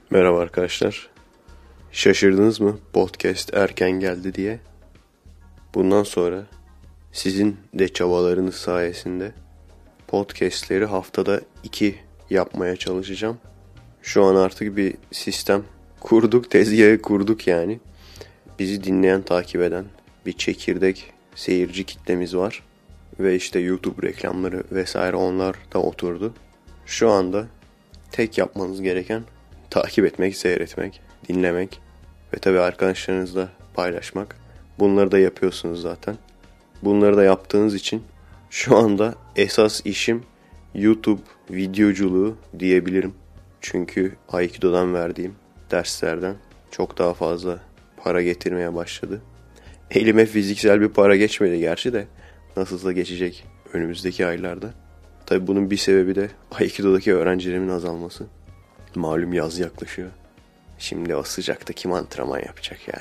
Merhaba arkadaşlar. Şaşırdınız mı podcast erken geldi diye? Bundan sonra sizin de çabalarınız sayesinde podcastleri haftada 2 yapmaya çalışacağım. Şu an artık bir sistem kurduk, tezgahı kurduk yani. Bizi dinleyen, takip eden bir çekirdek seyirci kitlemiz var. Ve işte YouTube reklamları vesaire onlar da oturdu. Şu anda tek yapmanız gereken takip etmek, seyretmek, dinlemek ve tabii arkadaşlarınızla paylaşmak. Bunları da yapıyorsunuz zaten. Bunları da yaptığınız için şu anda esas işim YouTube videoculuğu diyebilirim. Çünkü Aikido'dan verdiğim derslerden çok daha fazla para getirmeye başladı. Elime fiziksel bir para geçmedi gerçi de nasılsa geçecek önümüzdeki aylarda. Tabii bunun bir sebebi de Aikido'daki öğrencilerimin azalması. Malum yaz yaklaşıyor. Şimdi o sıcakta kim antrenman yapacak ya?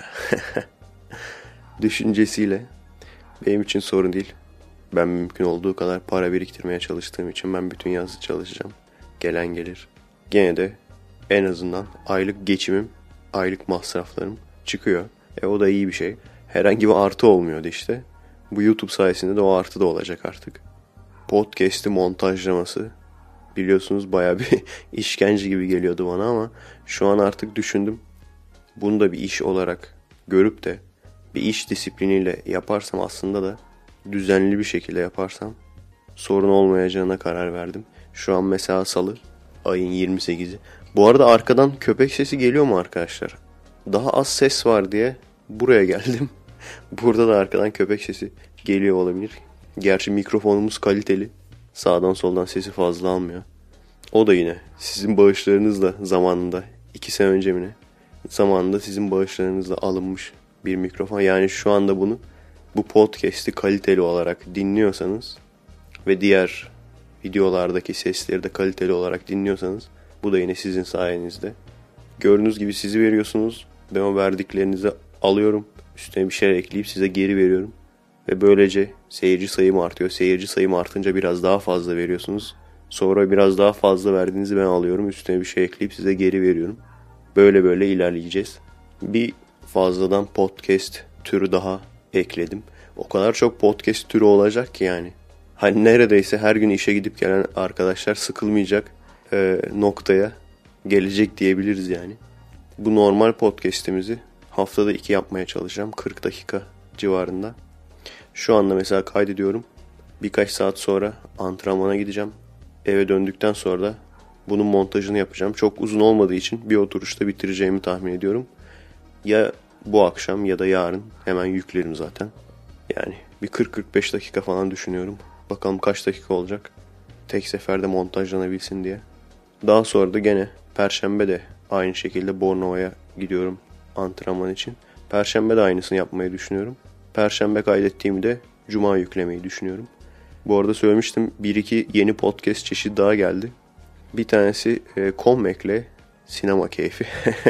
Düşüncesiyle benim için sorun değil. Ben mümkün olduğu kadar para biriktirmeye çalıştığım için ben bütün yaz çalışacağım. Gelen gelir. Gene de en azından aylık geçimim, aylık masraflarım çıkıyor. O da iyi bir şey. Herhangi bir artı olmuyordu işte. Bu YouTube sayesinde de o artı da olacak artık. Podcast'i montajlaması biliyorsunuz bayağı bir işkence gibi geliyordu bana ama şu an artık düşündüm. Bunu da bir iş olarak görüp de bir iş disipliniyle yaparsam aslında da düzenli bir şekilde yaparsam sorun olmayacağına karar verdim. Şu an mesela salı ayın 28'i. Bu arada arkadan köpek sesi geliyor mu arkadaşlar? Daha az ses var diye buraya geldim. Burada da arkadan köpek sesi geliyor olabilir. Gerçi mikrofonumuz kaliteli. Sağdan soldan sesi fazla almıyor. O da yine sizin bağışlarınızla zamanında 2 sene önce mi ne? Zamanında sizin bağışlarınızla alınmış bir mikrofon. Yani şu anda bu podcast'i kaliteli olarak dinliyorsanız ve diğer videolardaki sesleri de kaliteli olarak dinliyorsanız bu da yine sizin sayenizde. Gördüğünüz gibi sizi veriyorsunuz. Ben o verdiklerinizi alıyorum. Üstüne bir şeyler ekleyip size geri veriyorum. Ve böylece seyirci sayım artıyor. Seyirci sayım artınca biraz daha fazla veriyorsunuz. Sonra biraz daha fazla verdiğinizi ben alıyorum. Üstüne bir şey ekleyip size geri veriyorum. Böyle böyle ilerleyeceğiz. Bir fazladan podcast türü daha ekledim. O kadar çok podcast türü olacak ki yani. Hani neredeyse her gün işe gidip gelen arkadaşlar sıkılmayacak noktaya gelecek diyebiliriz yani. Bu normal podcast'imizi haftada 2 yapmaya çalışacağım. 40 dakika civarında. Şu anda mesela kaydediyorum. Birkaç saat sonra antrenmana gideceğim. Eve döndükten sonra da bunun montajını yapacağım. Çok uzun olmadığı için bir oturuşta bitireceğimi tahmin ediyorum. Ya bu akşam ya da yarın hemen yüklerim zaten. Yani bir 40-45 dakika falan düşünüyorum. Bakalım kaç dakika olacak. Tek seferde montajlanabilsin diye. Daha sonra da gene Perşembe de aynı şekilde Bornova'ya gidiyorum antrenman için. Perşembe de aynısını yapmayı düşünüyorum. Perşembe kaydettiğimi de Cuma yüklemeyi düşünüyorum. Bu arada söylemiştim 1-2 yeni podcast çeşidi daha geldi. Bir tanesi Commec'le sinema keyfi.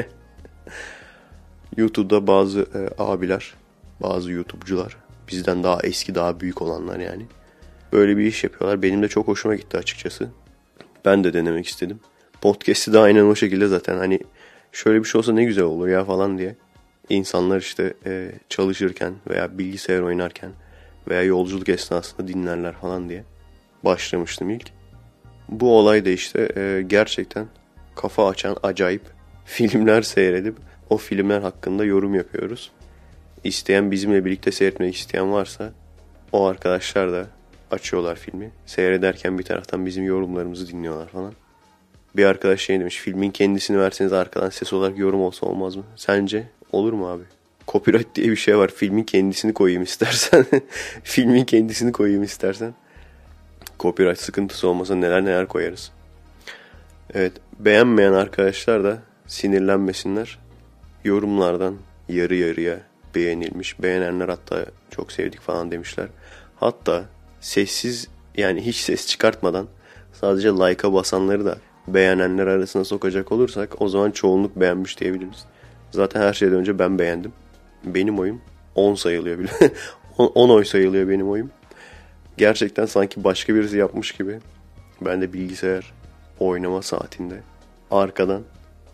YouTube'da bazı abiler, bazı YouTube'cular, bizden daha eski, daha büyük olanlar yani. Böyle bir iş yapıyorlar. Benim de çok hoşuma gitti açıkçası. Ben de denemek istedim. Podcast'i de aynen o şekilde zaten hani şöyle bir şey olsa ne güzel olur ya falan diye. İnsanlar işte çalışırken veya bilgisayar oynarken veya yolculuk esnasında dinlerler falan diye başlamıştım ilk. Bu olay da işte gerçekten kafa açan acayip filmler seyredip o filmler hakkında yorum yapıyoruz. İsteyen bizimle birlikte seyretmek isteyen varsa o arkadaşlar da açıyorlar filmi. Seyrederken bir taraftan bizim yorumlarımızı dinliyorlar falan. Bir arkadaş şey demiş, filmin kendisini verseniz arkadan ses olarak yorum olsa olmaz mı? Sence olur mu abi? Copyright diye bir şey var. Filmin kendisini koyayım istersen. Filmin kendisini koyayım istersen. Copyright sıkıntısı olmasa neler neler koyarız. Evet, beğenmeyen arkadaşlar da sinirlenmesinler. Yorumlardan yarı yarıya beğenilmiş. Beğenenler hatta çok sevdik falan demişler. Hatta sessiz yani hiç ses çıkartmadan sadece like'a basanları da beğenenler arasına sokacak olursak o zaman çoğunluk beğenmiş diyebiliriz. Zaten her şeyden önce ben beğendim. Benim oyum 10 sayılıyor bile. 10 oy sayılıyor benim oyum. Gerçekten sanki başka birisi yapmış gibi. Ben de bilgisayar oynama saatinde arkadan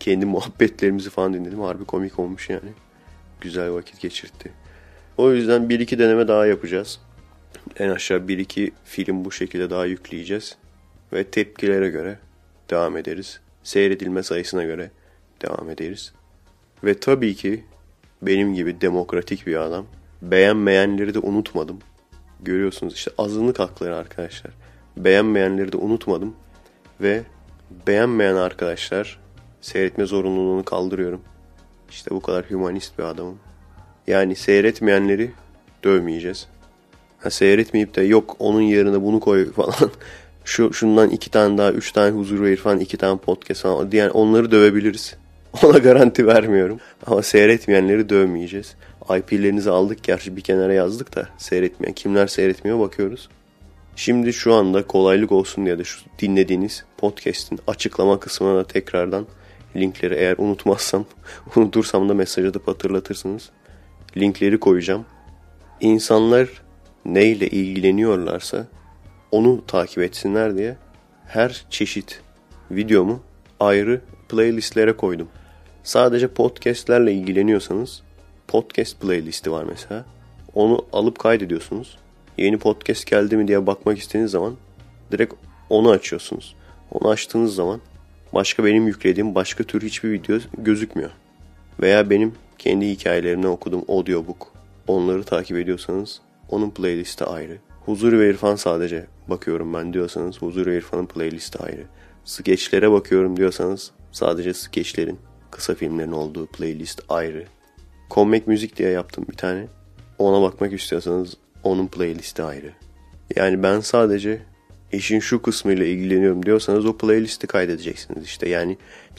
kendi muhabbetlerimizi falan dinledim. Harbi komik olmuş yani. Güzel vakit geçirtti. O yüzden 1-2 deneme daha yapacağız. En aşağı 1-2 film bu şekilde daha yükleyeceğiz. Ve tepkilere göre devam ederiz. Seyredilme sayısına göre devam ederiz. Ve tabii ki benim gibi demokratik bir adam. Beğenmeyenleri de unutmadım. Görüyorsunuz işte azınlık hakları arkadaşlar. Beğenmeyenleri de unutmadım. Ve beğenmeyen arkadaşlar seyretme zorunluluğunu kaldırıyorum. İşte bu kadar hümanist bir adamım. Yani seyretmeyenleri dövmeyeceğiz. Seyretmeyip de yok onun yerine bunu koy falan. Şundan 2 tane daha 3 tane huzur verir falan 2 tane podcast falan. Yani onları dövebiliriz. Ona garanti vermiyorum. Ama seyretmeyenleri dövmeyeceğiz. IP'lerinizi aldık gerçi bir kenara yazdık da seyretmeyen. Kimler seyretmiyor bakıyoruz. Şimdi şu anda kolaylık olsun diye de şu dinlediğiniz podcast'in açıklama kısmına da tekrardan linkleri eğer unutursam da mesaj atıp hatırlatırsınız. Linkleri koyacağım. İnsanlar neyle ilgileniyorlarsa onu takip etsinler diye her çeşit videomu ayrı playlistlere koydum. Sadece podcastlerle ilgileniyorsanız podcast playlisti var mesela. Onu alıp kaydediyorsunuz. Yeni podcast geldi mi diye bakmak istediğiniz zaman direkt onu açıyorsunuz. Onu açtığınız zaman başka benim yüklediğim başka tür hiçbir video gözükmüyor. Veya benim kendi hikayelerimden okuduğum audiobook. Onları takip ediyorsanız onun playlisti ayrı. Huzur ve İrfan sadece bakıyorum ben diyorsanız Huzur ve İrfan'ın playlisti ayrı. Skeçlere bakıyorum diyorsanız sadece skeçlerin, kısa filmlerin olduğu playlist ayrı. Comeback Müzik diye yaptım bir tane. Ona bakmak istiyorsanız onun playlisti ayrı. Yani ben sadece işin şu kısmıyla ilgileniyorum diyorsanız o playlisti kaydedeceksiniz işte. Yani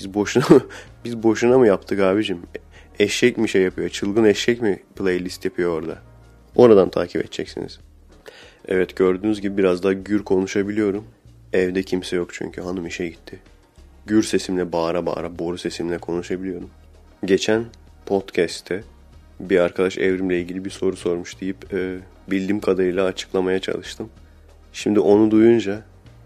biz boşuna mı yaptık abicim? Eşek mi şey yapıyor? Çılgın eşek mi playlist yapıyor orada? Oradan takip edeceksiniz. Evet gördüğünüz gibi biraz daha gür konuşabiliyorum. Evde kimse yok çünkü hanım işe gitti. Gür sesimle bağıra bağıra boru sesimle konuşabiliyorum. Geçen podcast'te bir arkadaş evrimle ilgili bir soru sormuş deyip bildiğim kadarıyla açıklamaya çalıştım. Şimdi onu duyunca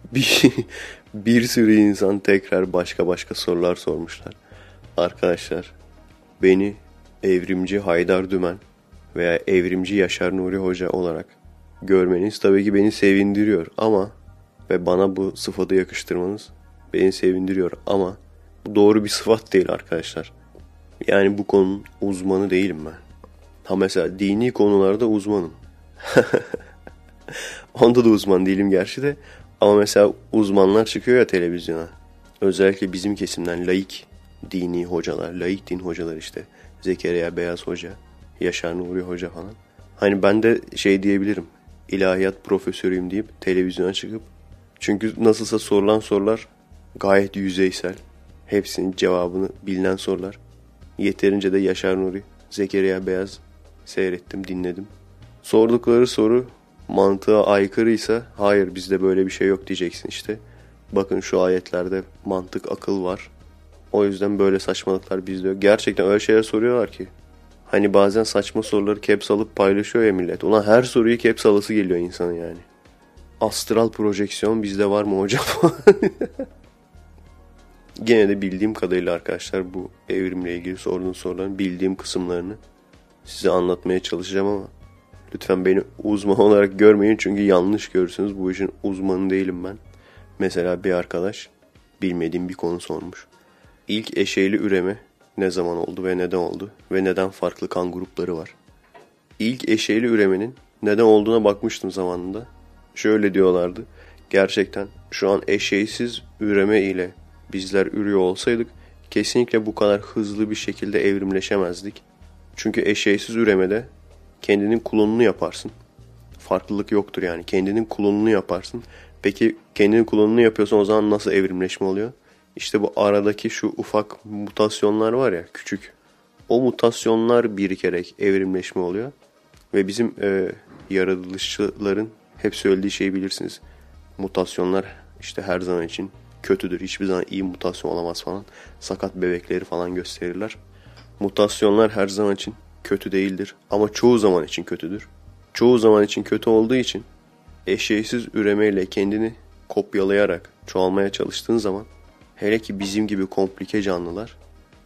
bir sürü insan tekrar başka sorular sormuşlar. Arkadaşlar beni evrimci Haydar Dümen veya evrimci Yaşar Nuri Hoca olarak görmeniz tabii ki beni sevindiriyor ama ve bana bu sıfatı yakıştırmanız beni sevindiriyor ama bu doğru bir sıfat değil arkadaşlar. Yani bu konunun uzmanı değilim ben. Ha mesela dini konularda uzmanım. Onda da uzman değilim gerçi de. Ama mesela uzmanlar çıkıyor ya televizyona. Özellikle bizim kesimden laik dini hocalar, laik din hocalar işte. Zekeriya Beyaz Hoca, Yaşar Nuri Hoca falan. Hani ben de şey diyebilirim. İlahiyat profesörüyüm deyip televizyona çıkıp. Çünkü nasılsa sorulan sorular gayet yüzeysel. Hepsinin cevabını bilinen sorular. Yeterince de Yaşar Nuri, Zekeriya Beyaz seyrettim, dinledim. Sordukları soru mantığa aykırıysa hayır bizde böyle bir şey yok diyeceksin işte. Bakın şu ayetlerde mantık, akıl var. O yüzden böyle saçmalıklar bizde yok. Gerçekten öyle şeyler soruyorlar ki. Hani bazen saçma soruları caps alıp paylaşıyor ya millet. Ulan her soruyu caps alısı geliyor insanın yani. Astral projeksiyon bizde var mı hocam? Gene de bildiğim kadarıyla arkadaşlar bu evrimle ilgili sorduğunuz soruların bildiğim kısımlarını size anlatmaya çalışacağım ama lütfen beni uzman olarak görmeyin çünkü yanlış görürsünüz. Bu işin uzmanı değilim ben. Mesela bir arkadaş bilmediğim bir konu sormuş. İlk eşeyli üreme ne zaman oldu ve neden oldu ve neden farklı kan grupları var? İlk eşeyli üremenin neden olduğuna bakmıştım zamanında. Şöyle diyorlardı. Gerçekten şu an eşeysiz üreme ile bizler ürüyor olsaydık kesinlikle bu kadar hızlı bir şekilde evrimleşemezdik. Çünkü eşeysiz üremede kendinin klonunu yaparsın. Farklılık yoktur yani. Kendinin klonunu yaparsın. Peki kendinin klonunu yapıyorsan o zaman nasıl evrimleşme oluyor? İşte bu aradaki şu ufak mutasyonlar var ya küçük. O mutasyonlar birikerek evrimleşme oluyor. Ve bizim yaratılışçıların hep söylediği şeyi bilirsiniz. Mutasyonlar işte her zaman için kötüdür. Hiçbir zaman iyi mutasyon olamaz falan. Sakat bebekleri falan gösterirler. Mutasyonlar her zaman için kötü değildir. Ama çoğu zaman için kötüdür. Çoğu zaman için kötü olduğu için eşeğsiz üremeyle kendini kopyalayarak çoğalmaya çalıştığın zaman hele ki bizim gibi komplike canlılar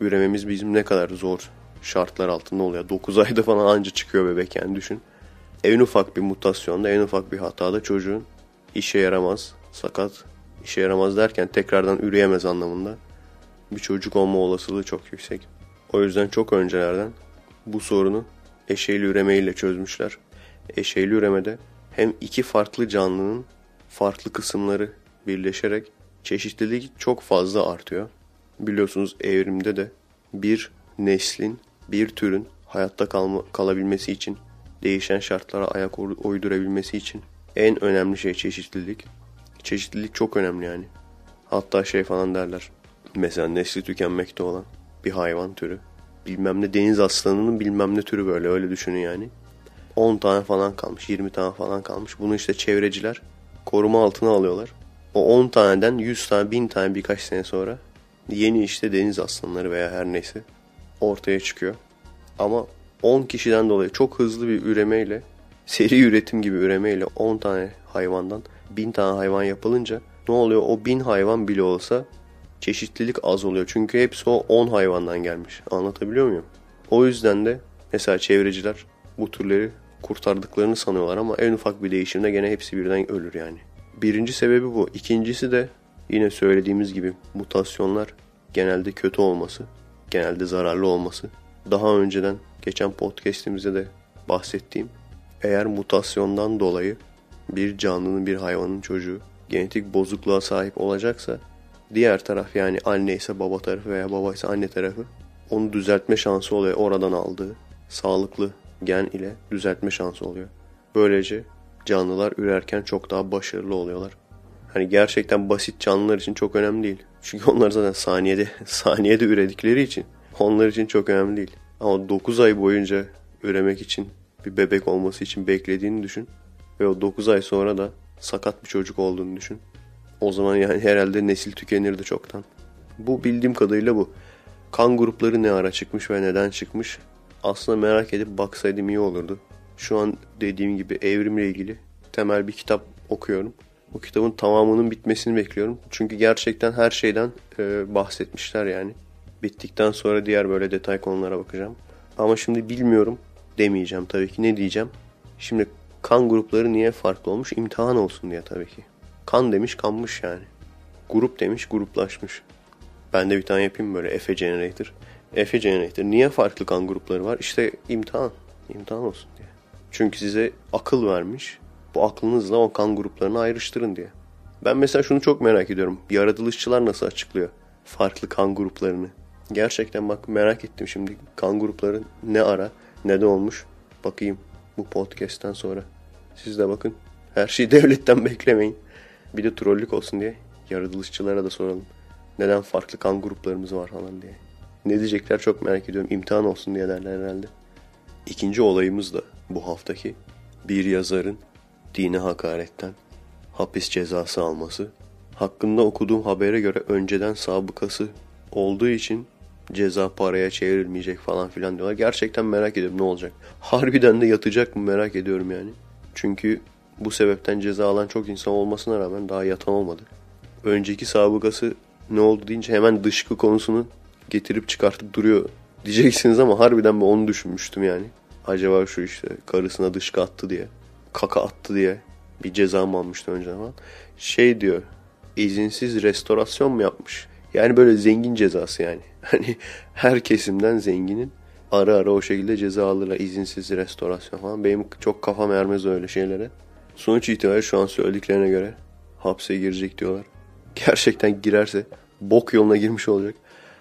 ürememiz bizim ne kadar zor şartlar altında oluyor. 9 ayda falan anca çıkıyor bebek yani düşün. En ufak bir mutasyonda, en ufak bir hatada çocuğun işe yaramaz, sakat, işe yaramaz derken tekrardan üreyemez anlamında bir çocuk olma olasılığı çok yüksek. O yüzden çok öncelerden bu sorunu eşeyli üremeyle çözmüşler. Eşeyli üremede hem iki farklı canlının farklı kısımları birleşerek çeşitlilik çok fazla artıyor. Biliyorsunuz evrimde de bir neslin, bir türün hayatta kalabilmesi için, değişen şartlara ayak uydurabilmesi için en önemli şey çeşitlilik. Çeşitlilik çok önemli yani. Hatta şey falan derler. Mesela nesli tükenmekte olan bir hayvan türü. Bilmem ne deniz aslanının bilmem ne türü böyle öyle düşünün yani. 10 tane falan kalmış, 20 tane falan kalmış. Bunu işte çevreciler koruma altına alıyorlar. O 10 taneden 100 tane, 1000 tane birkaç sene sonra yeni işte deniz aslanları veya her neyse ortaya çıkıyor. Ama 10 kişiden dolayı çok hızlı bir üremeyle, seri üretim gibi üremeyle 10 tane hayvandan 1000 tane hayvan yapılınca ne oluyor? O 1000 hayvan bile olsa çeşitlilik az oluyor. Çünkü hepsi o 10 hayvandan gelmiş. Anlatabiliyor muyum? O yüzden de mesela çevreciler bu türleri kurtardıklarını sanıyorlar ama en ufak bir değişimde gene hepsi birden ölür yani. Birinci sebebi bu. İkincisi de yine söylediğimiz gibi mutasyonlar genelde kötü olması, genelde zararlı olması. Daha önceden geçen podcast'imizde de bahsettiğim eğer mutasyondan dolayı bir canlının, bir hayvanın çocuğu genetik bozukluğa sahip olacaksa diğer taraf yani anne ise baba tarafı veya baba ise anne tarafı onu düzeltme şansı oluyor. Oradan aldığı sağlıklı gen ile düzeltme şansı oluyor. Böylece canlılar ürerken çok daha başarılı oluyorlar. Hani gerçekten basit canlılar için çok önemli değil. Çünkü onlar zaten saniyede üredikleri için onlar için çok önemli değil. Ama 9 ay boyunca üremek için bir bebek olması için beklediğini düşün. Ve o 9 ay sonra da sakat bir çocuk olduğunu düşün. O zaman yani herhalde nesil tükenirdi çoktan. Bu bildiğim kadarıyla bu. Kan grupları ne ara çıkmış ve neden çıkmış? Aslında merak edip baksaydım iyi olurdu. Şu an dediğim gibi evrimle ilgili temel bir kitap okuyorum. Bu kitabın tamamının bitmesini bekliyorum. Çünkü gerçekten her şeyden bahsetmişler yani. Bittikten sonra diğer böyle detay konulara bakacağım. Ama şimdi bilmiyorum demeyeceğim tabii ki. Ne diyeceğim? Şimdi kan grupları niye farklı olmuş? İmtihan olsun diye tabii ki. Kan demiş kanmış yani. Grup demiş gruplaşmış. Ben de bir tane yapayım böyle Efe Generator. Efe Generator. Niye farklı kan grupları var? İşte imtihan. İmtihan olsun diye. Çünkü size akıl vermiş. Bu aklınızla o kan gruplarını ayrıştırın diye. Ben mesela şunu çok merak ediyorum. Yaratılışçılar nasıl açıklıyor farklı kan gruplarını? Gerçekten bak merak ettim şimdi. Kan grupları ne ara, ne de olmuş. Bakayım bu podcast'ten sonra. Siz de bakın. Her şeyi devletten beklemeyin. Bir de trollük olsun diye yaratılışçılara da soralım. Neden farklı kan gruplarımız var falan diye. Ne diyecekler çok merak ediyorum. İmtihan olsun diye derler herhalde. İkinci olayımız da bu haftaki bir yazarın dine hakaretten hapis cezası alması. Hakkında okuduğum habere göre önceden sabıkası olduğu için ceza paraya çevrilmeyecek falan filan diyorlar. Gerçekten merak ediyorum ne olacak. Harbiden de yatacak mı merak ediyorum yani. Çünkü bu sebepten ceza alan çok insan olmasına rağmen daha yatan olmadı. Önceki sabıkası ne oldu deyince hemen dışkı konusunu getirip çıkartıp duruyor diyeceksiniz ama harbiden ben onu düşünmüştüm yani. Acaba şu işte karısına dışkı attı diye, kaka attı diye bir ceza mı almıştı önceden falan. Şey diyor, izinsiz restorasyon mu yapmış? Yani böyle zengin cezası yani. Hani her kesimden zenginin ara ara o şekilde ceza alırlar. İzinsiz restorasyon falan. Benim çok kafam ermez öyle şeylere. Sonuç itibariyle şu an söylediklerine göre hapse girecek diyorlar. Gerçekten girerse bok yoluna girmiş olacak.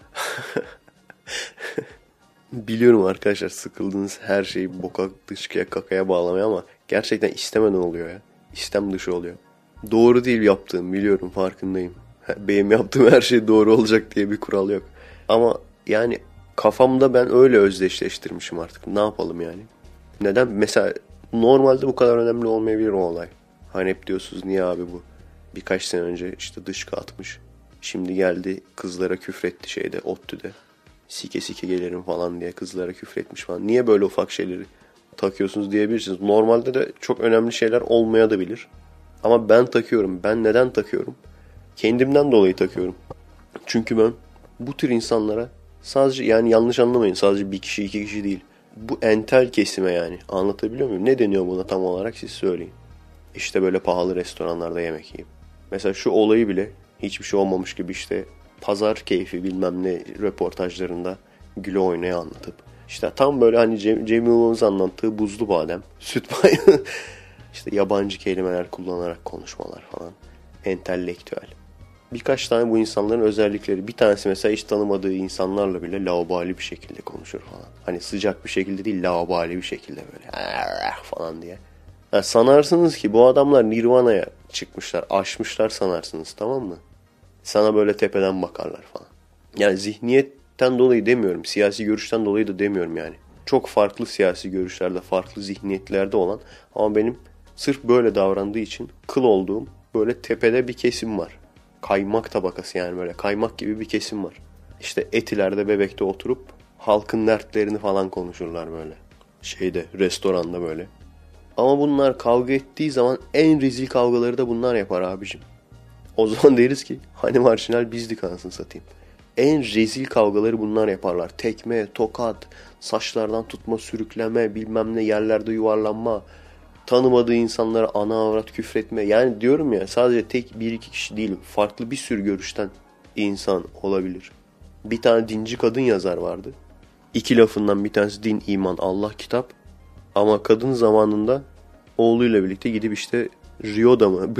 Biliyorum arkadaşlar sıkıldığınız her şeyi boka, dışkıya, kakaya bağlamaya ama gerçekten istemeden oluyor ya. İstem dışı oluyor. Doğru değil yaptığım biliyorum farkındayım. Benim yaptığım her şey doğru olacak diye bir kural yok. Ama yani kafamda ben öyle özdeşleştirmişim artık. Ne yapalım yani? Neden? Mesela normalde bu kadar önemli olmayabilir o olay. Hani hep diyorsunuz niye abi bu? Birkaç sene önce işte dışkı atmış. Şimdi geldi kızlara küfretti şeyde ODTÜ'de. Sike sike gelirim falan diye kızlara küfretmiş falan. Niye böyle ufak şeyleri takıyorsunuz diyebilirsiniz. Normalde de çok önemli şeyler olmayabilir. Ama ben takıyorum. Ben neden takıyorum? Kendimden dolayı takıyorum. Çünkü ben bu tür insanlara Sadece yani yanlış anlamayın, sadece bir kişi iki kişi değil. Bu entel kesime yani, anlatabiliyor muyum? Ne deniyor buna tam olarak siz söyleyin. İşte böyle pahalı restoranlarda yemek yiyip. Mesela şu olayı bile hiçbir şey olmamış gibi işte pazar keyfi bilmem ne röportajlarında güle oynaya anlatıp. İşte tam böyle hani Cem Yılmaz'ın anlattığı buzlu badem, süt payı, işte yabancı kelimeler kullanarak konuşmalar falan. Entelektüel. Birkaç tane bu insanların özellikleri. Bir tanesi mesela hiç tanımadığı insanlarla bile laubali bir şekilde konuşur falan. Hani sıcak bir şekilde değil, laubali bir şekilde böyle falan diye. Yani sanarsınız ki bu adamlar Nirvana'ya çıkmışlar, aşmışlar sanarsınız, tamam mı? Sana böyle tepeden bakarlar falan. Yani zihniyetten dolayı demiyorum, siyasi görüşten dolayı da demiyorum yani. Çok farklı siyasi görüşlerde, farklı zihniyetlerde olan ama benim sırf böyle davrandığı için kıl olduğum böyle tepede bir kesim var. Kaymak tabakası yani, böyle kaymak gibi bir kesim var. İşte Etiler'de, Bebek'te oturup halkın dertlerini falan konuşurlar böyle. Şeyde, restoranda böyle. Ama bunlar kavga ettiği zaman en rezil kavgaları da bunlar yapar abicim. O zaman deriz ki hani marjinal bizdik anasını satayım. En rezil kavgaları bunlar yaparlar. Tekme, tokat, saçlardan tutma, sürükleme, bilmem ne, yerlerde yuvarlanma, tanımadığı insanlara ana avrat küfretme. Yani diyorum ya, sadece tek bir iki kişi değil, farklı bir sürü görüşten insan olabilir. Bir tane dinci kadın yazar vardı. İki lafından bir tanesi din, iman, Allah, kitap. Ama kadın zamanında oğluyla birlikte gidip işte Rio'da mı?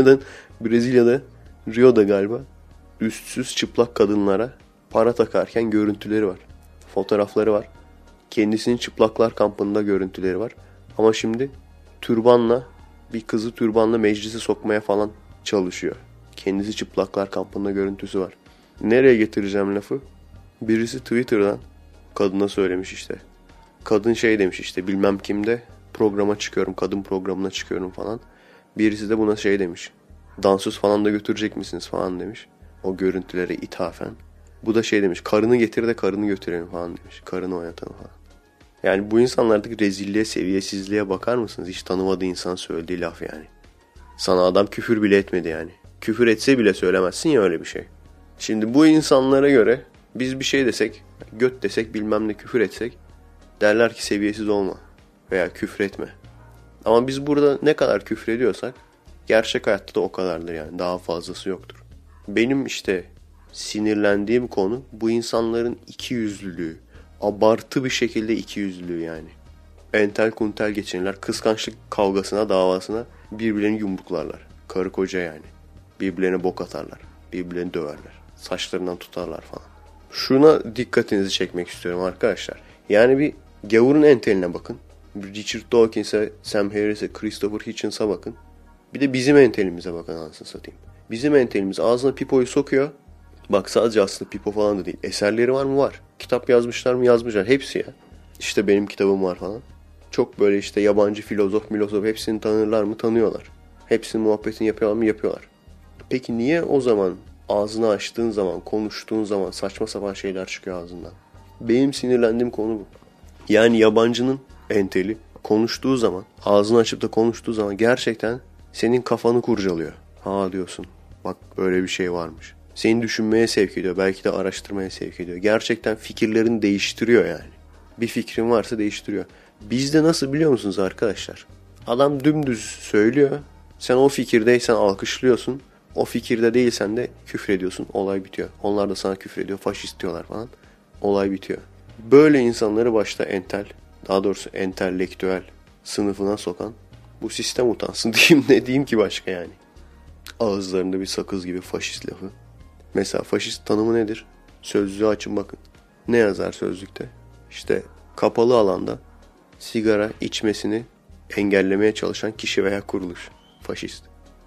Brezilya'da Rio'da galiba üstsüz çıplak kadınlara para takarken görüntüleri var. Fotoğrafları var. Kendisinin çıplaklar kampında görüntüleri var. Ama şimdi türbanla, bir kızı türbanla meclise sokmaya falan çalışıyor. Kendisi çıplaklar kampında görüntüsü var. Nereye getireceğim lafı? Birisi Twitter'dan kadına söylemiş işte. Kadın şey demiş işte, bilmem kimde programa çıkıyorum, kadın programına çıkıyorum falan. Birisi de buna şey demiş. Dansöz falan da götürecek misiniz falan demiş. O görüntülere ithafen. Bu da şey demiş, karını getir de karını götürelim falan demiş. Karını oynatalım falan. Yani bu insanlardaki rezilliğe, seviyesizliğe bakar mısınız? Hiç tanımadığı insan söylediği laf yani. Sana adam küfür bile etmedi yani. Küfür etse bile söylemezsin ya öyle bir şey. Şimdi bu insanlara göre biz bir şey desek, göt desek, bilmem ne küfür etsek, derler ki seviyesiz olma veya küfretme. Ama biz burada ne kadar küfrediyorsak gerçek hayatta da o kadardır yani. Daha fazlası yoktur. Benim işte sinirlendiğim konu bu insanların ikiyüzlülüğü. Abartı bir şekilde ikiyüzlülüğü yani. Entel kuntel geçinirler. Kıskançlık kavgasına, davasına birbirlerini yumruklarlar. Karı koca yani. Birbirlerine bok atarlar. Birbirlerini döverler. Saçlarından tutarlar falan. Şuna dikkatinizi çekmek istiyorum arkadaşlar. Yani bir gavurun enteline bakın. Richard Dawkins'e, Sam Harris'e, Christopher Hitchens'a bakın. Bir de bizim entelimize bakın anasını satayım. Bizim entelimiz ağzına pipoyu sokuyor. Bak sadece aslında pipo falan da değil. Eserleri var mı? Var. Kitap yazmışlar mı? Yazmışlar. Hepsi ya. İşte benim kitabım var falan. Çok böyle işte yabancı filozof hepsini tanırlar mı? Tanıyorlar. Hepsinin muhabbetini yapıyorlar mı? Yapıyorlar. Peki niye o zaman ağzını açtığın zaman, konuştuğun zaman saçma sapan şeyler çıkıyor ağzından? Benim sinirlendiğim konu bu. Yani yabancının enteli konuştuğu zaman, ağzını açıp da konuştuğu zaman gerçekten senin kafanı kurcalıyor. Ha diyorsun, bak böyle bir şey varmış. Seni düşünmeye sevk ediyor, belki de araştırmaya sevk ediyor. Gerçekten fikirlerini değiştiriyor yani. Bir fikrin varsa değiştiriyor. Bizde nasıl biliyor musunuz arkadaşlar? Adam dümdüz söylüyor. Sen o fikirdeysen alkışlıyorsun. O fikirde değilsen de küfrediyorsun. Olay bitiyor. Onlar da sana küfrediyor. Faşist diyorlar falan. Olay bitiyor. Böyle insanları başta entel, daha doğrusu entelektüel sınıfına sokan bu sistem utansın diyeyim, ne diyeyim ki başka yani. Ağızlarında bir sakız gibi faşist lafı. Mesela faşist tanımı nedir? Sözlüğü açın bakın. Ne yazar sözlükte? İşte kapalı alanda sigara içmesini engellemeye çalışan kişi veya kuruluş. Faşist.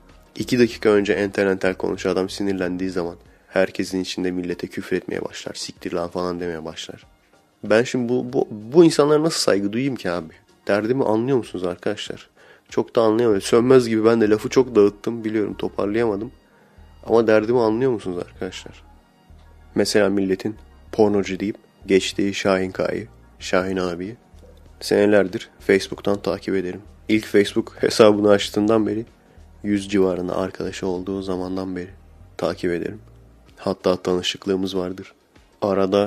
2 dakika önce entel konuşan adam sinirlendiği zaman herkesin içinde millete küfür etmeye başlar. Siktir lan falan demeye başlar. Ben şimdi bu insanlara nasıl saygı duyayım ki abi? Derdimi anlıyor musunuz arkadaşlar? Çok da anlayamadım. Sönmez gibi ben de lafı çok dağıttım, biliyorum, toparlayamadım. Ama derdimi anlıyor musunuz arkadaşlar? Mesela milletin pornocu deyip geçtiği Şahin K'yı, Şahin abiyi senelerdir Facebook'tan takip ederim. İlk Facebook hesabını açtığından beri 100 civarında arkadaşı olduğu zamandan beri takip ederim. Hatta tanışıklığımız vardır. Arada